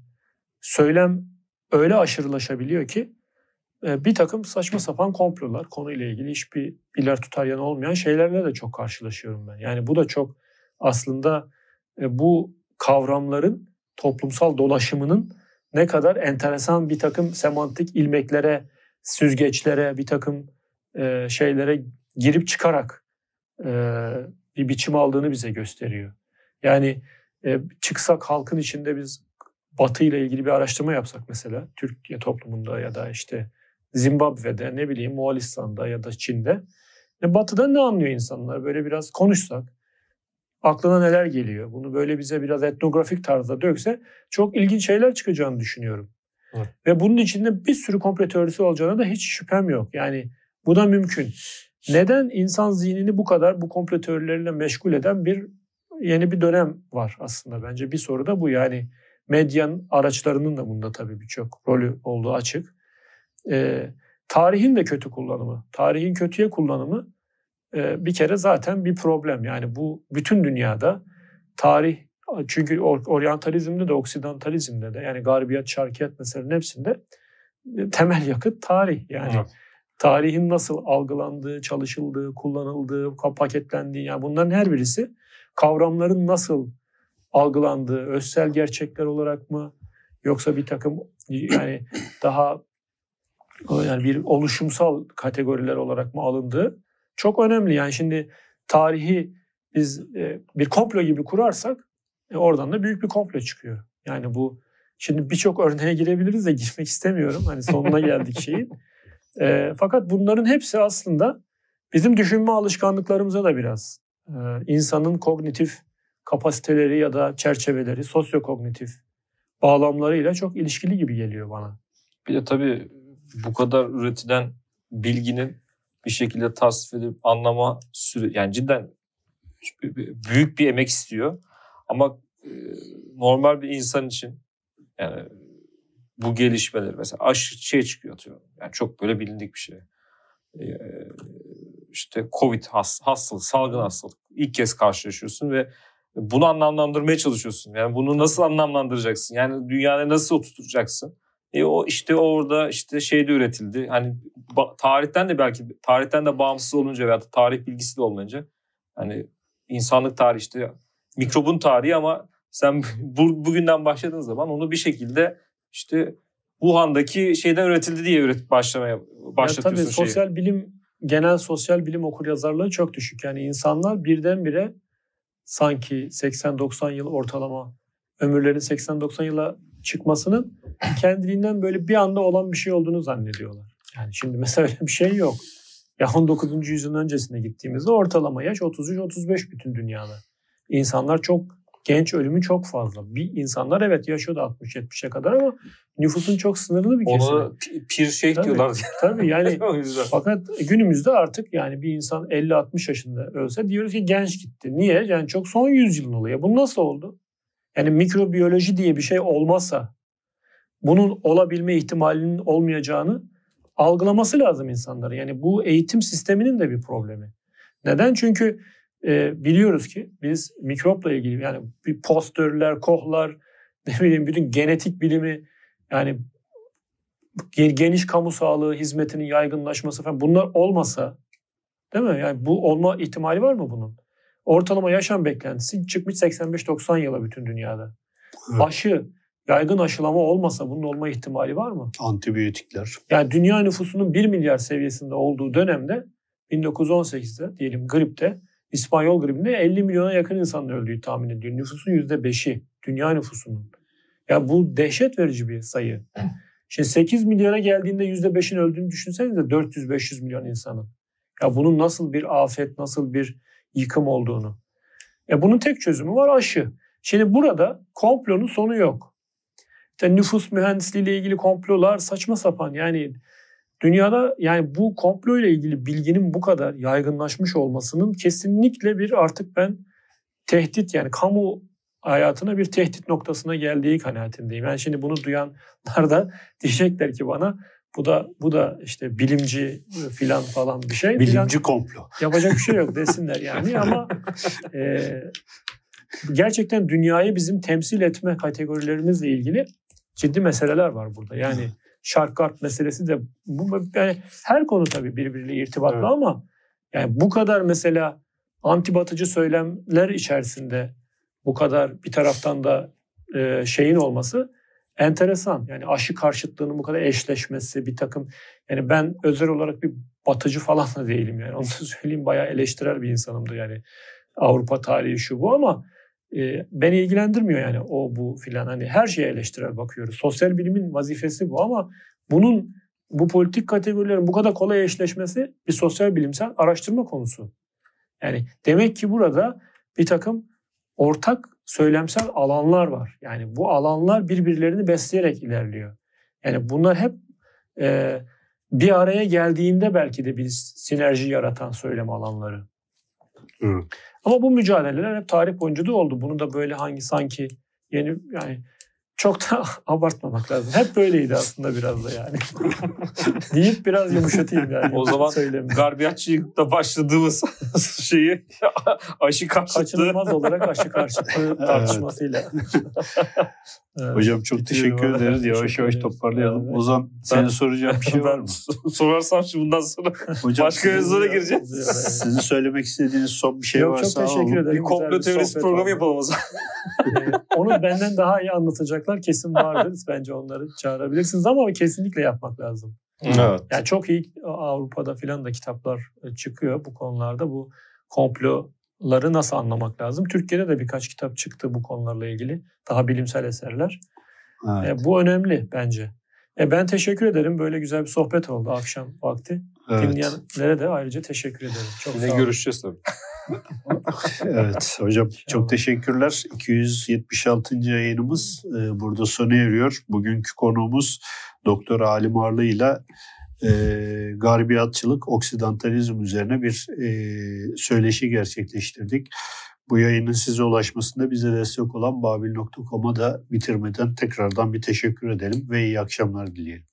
söylem öyle aşırılaşabiliyor ki e, bir takım saçma sapan komplolar, konuyla ilgili hiçbir iler tutar yanı olmayan şeylerle de çok karşılaşıyorum ben. Yani bu da çok aslında e, bu kavramların toplumsal dolaşımının ne kadar enteresan bir takım semantik ilmeklere, süzgeçlere, bir takım e, şeylere girip çıkarak e, bir biçim aldığını bize gösteriyor. Yani e, çıksak halkın içinde biz Batı ile ilgili bir araştırma yapsak mesela Türkiye toplumunda ya da işte Zimbabwe'de ne bileyim Moğolistan'da ya da Çin'de e, Batı'da ne anlıyor insanlar? Böyle biraz konuşsak aklına neler geliyor? Bunu böyle bize biraz etnografik tarzda dökse çok ilginç şeyler çıkacağını düşünüyorum. Evet. Ve bunun içinde bir sürü komplo teorisi olacağına da hiç şüphem yok. Yani bu da mümkün. Neden insan zihnini bu kadar bu komplo teorileriyle meşgul eden bir yeni bir dönem var aslında. Bence bir soru da bu. Yani medyanın araçlarının da bunda tabii birçok rolü olduğu açık. Ee, tarihin de kötü kullanımı, tarihin kötüye kullanımı e, bir kere zaten bir problem. Yani bu bütün dünyada tarih, çünkü oryantalizmde de oksidantalizmde de yani garbiyat, şarkiyat meselelerin hepsinde temel yakıt tarih. Yani evet. Tarihin nasıl algılandığı, çalışıldığı, kullanıldığı, paketlendiği yani bunların her birisi kavramların nasıl algılandığı, özsel gerçekler olarak mı yoksa bir takım yani daha yani bir oluşumsal kategoriler olarak mı alındığı çok önemli. Yani şimdi tarihi biz bir komplo gibi kurarsak oradan da büyük bir komplo çıkıyor. Yani bu şimdi birçok örneğe girebiliriz de girmek istemiyorum. Hani sonuna geldik şeyin. E, fakat bunların hepsi aslında bizim düşünme alışkanlıklarımıza da biraz e, insanın kognitif kapasiteleri ya da çerçeveleri, sosyokognitif bağlamlarıyla çok ilişkili gibi geliyor bana.
Bir de tabii bu kadar üretilen bilginin bir şekilde tasnif edip anlama süre yani cidden büyük bir emek istiyor. Ama e, normal bir insan için yani bu gelişmeler mesela aşı şey çıkıyor atıyorum. Yani çok böyle bilindik bir şey. Ee, işte Covid hast- hastalık, salgın hastalık. İlk kez karşılaşıyorsun ve bunu anlamlandırmaya çalışıyorsun. Yani bunu nasıl anlamlandıracaksın? Yani dünyaya nasıl oturtacaksın? E o işte orada işte şeyde üretildi. Hani ba- tarihten de belki tarihten de bağımsız olunca veya tarih bilgisi de olmayınca hani insanlık tarihi işte mikrobun tarihi ama sen bu, bugünden başladığın zaman onu bir şekilde İşte Wuhan'daki şeyden üretildi diye üretip başlamaya başlatıyorsun
tabii, şeyi. Sosyal bilim, genel sosyal bilim okuryazarlığı çok düşük. Yani insanlar birdenbire sanki seksen doksan yıl ortalama ömürlerin seksen doksan yıla çıkmasının kendiliğinden böyle bir anda olan bir şey olduğunu zannediyorlar. Yani şimdi mesela öyle bir şey yok. Ya on dokuzuncu yüzyılın öncesine gittiğimizde ortalama yaş otuz üç otuz beş bütün dünyada. İnsanlar çok genç, ölümü çok fazla. Bir insanlar evet yaşıyordu altmış yetmişe kadar ama nüfusun çok sınırlı bir kesimi.
Ona pir şeyh
tabii,
diyorlar.
Tabii yani fakat günümüzde artık yani bir insan elli altmış yaşında ölse diyoruz ki genç gitti. Niye? Yani çok son yüzyılın oluyor. Bu nasıl oldu? Yani mikrobiyoloji diye bir şey olmasa bunun olabilme ihtimalinin olmayacağını algılaması lazım insanların. Yani bu eğitim sisteminin de bir problemi. Neden? Çünkü E, biliyoruz ki biz mikropla ilgili yani bir Pasteur'ler, Koch'lar, ne bileyim bütün genetik bilimi yani geniş kamu sağlığı hizmetinin yaygınlaşması falan bunlar olmasa değil mi? Yani bu olma ihtimali var mı bunun? Ortalama yaşam beklentisi çıkmış seksen beş doksan yıla bütün dünyada. Evet. Aşı yaygın aşılama olmasa bunun olma ihtimali var mı?
Antibiyotikler.
Yani dünya nüfusunun bir milyar seviyesinde olduğu dönemde bin dokuz yüz on sekizde diyelim gripte, İspanyol gribinde elli milyona yakın insanın öldüğü tahmin ediliyor. Nüfusun yüzde beşi dünya nüfusunun. Ya bu dehşet verici bir sayı. Şimdi sekiz milyara geldiğinde yüzde beşin öldüğünü düşünsenize, dört yüz beş yüz milyon insanın. Ya bunun nasıl bir afet, nasıl bir yıkım olduğunu. E bunun tek çözümü var, aşı. Şimdi burada komplonun sonu yok. İşte nüfus mühendisliği ile ilgili komplolar saçma sapan. Yani dünyada yani bu komplo ile ilgili bilginin bu kadar yaygınlaşmış olmasının kesinlikle bir artık ben tehdit, yani kamu hayatına bir tehdit noktasına geldiği kanaatindeyim. Yani şimdi bunu duyanlar da diyecekler ki bana bu da bu da işte bilimci filan falan bir şey.
Bilimci
filan.
komplo.
Yapacak bir şey yok desinler yani ama e, gerçekten dünyayı bizim temsil etme kategorilerimizle ilgili ciddi meseleler var burada. Yani Şark Garp meselesi de bu, yani her konu tabii birbiriyle irtibatlı, evet. Ama yani bu kadar mesela antibatıcı söylemler içerisinde bu kadar bir taraftan da e, şeyin olması enteresan. Yani aşı karşıtlığının bu kadar eşleşmesi, bir takım, yani ben özel olarak bir batıcı falan da değilim yani. Onu da söyleyeyim, bayağı eleştirel bir insanımdır yani. Avrupa tarihi şu bu ama e, beni ilgilendirmiyor yani o bu filan. Hani her şeye eleştirel bakıyoruz. Sosyal bilimin vazifesi bu ama bunun, bu politik kategorilerin bu kadar kolay eşleşmesi bir sosyal bilimsel araştırma konusu. Yani demek ki burada bir takım ortak söylemsel alanlar var. Yani bu alanlar birbirlerini besleyerek ilerliyor. Yani bunlar hep e, bir araya geldiğinde belki de bir sinerji yaratan söylem alanları.
Hı.
Ama bu mücadeleler hep tarih boyunca da oldu. Bunu da böyle hangi sanki yeni, yani çok da abartmamak lazım. Hep böyleydi aslında biraz da yani. Deyip biraz yumuşatayım yani.
O zaman garbiyatçılıkla başladığımız şeyi aşı karşıtlığı.
Kaçınılmaz olarak aşı karşıtlığı tartışmasıyla.
Evet. Hocam çok teşekkür ederiz. Yavaş yavaş toparlayalım. Evet. Ozan, senin soracağım bir şey var mı?
Sorarsam şu bundan sonra hocam, başka mevzulara gireceğiz.
Sizin söylemek istediğiniz son bir şey
Yok,
varsa.
Çok teşekkür ederim.
Bir komplo teorisi programı oldu. Yapalım o zaman.
Onu benden daha iyi anlatacaklar kesin vardır. Bence onları çağırabilirsiniz ama kesinlikle yapmak lazım.
Evet.
Yani çok iyi Avrupa'da filan da kitaplar çıkıyor bu konularda. Bu komploları nasıl anlamak lazım? Türkiye'de de birkaç kitap çıktı bu konularla ilgili. Daha bilimsel eserler. Evet. E, bu önemli bence. E, ben teşekkür ederim. Böyle güzel bir sohbet oldu akşam vakti. Evet. Dinleyenlere de ayrıca teşekkür ederim. Çok
Yine görüşeceğiz tabii.
Evet hocam, çok teşekkürler. iki yüz yetmiş altıncı yayınımız e, burada sona eriyor. Bugünkü konuğumuz Doktor Alim Arlı ile garbiyatçılık, oksidantalizm üzerine bir e, söyleşi gerçekleştirdik. Bu yayının size ulaşmasında bize destek olan babil nokta com'a da bitirmeden tekrardan bir teşekkür edelim ve iyi akşamlar dileyelim.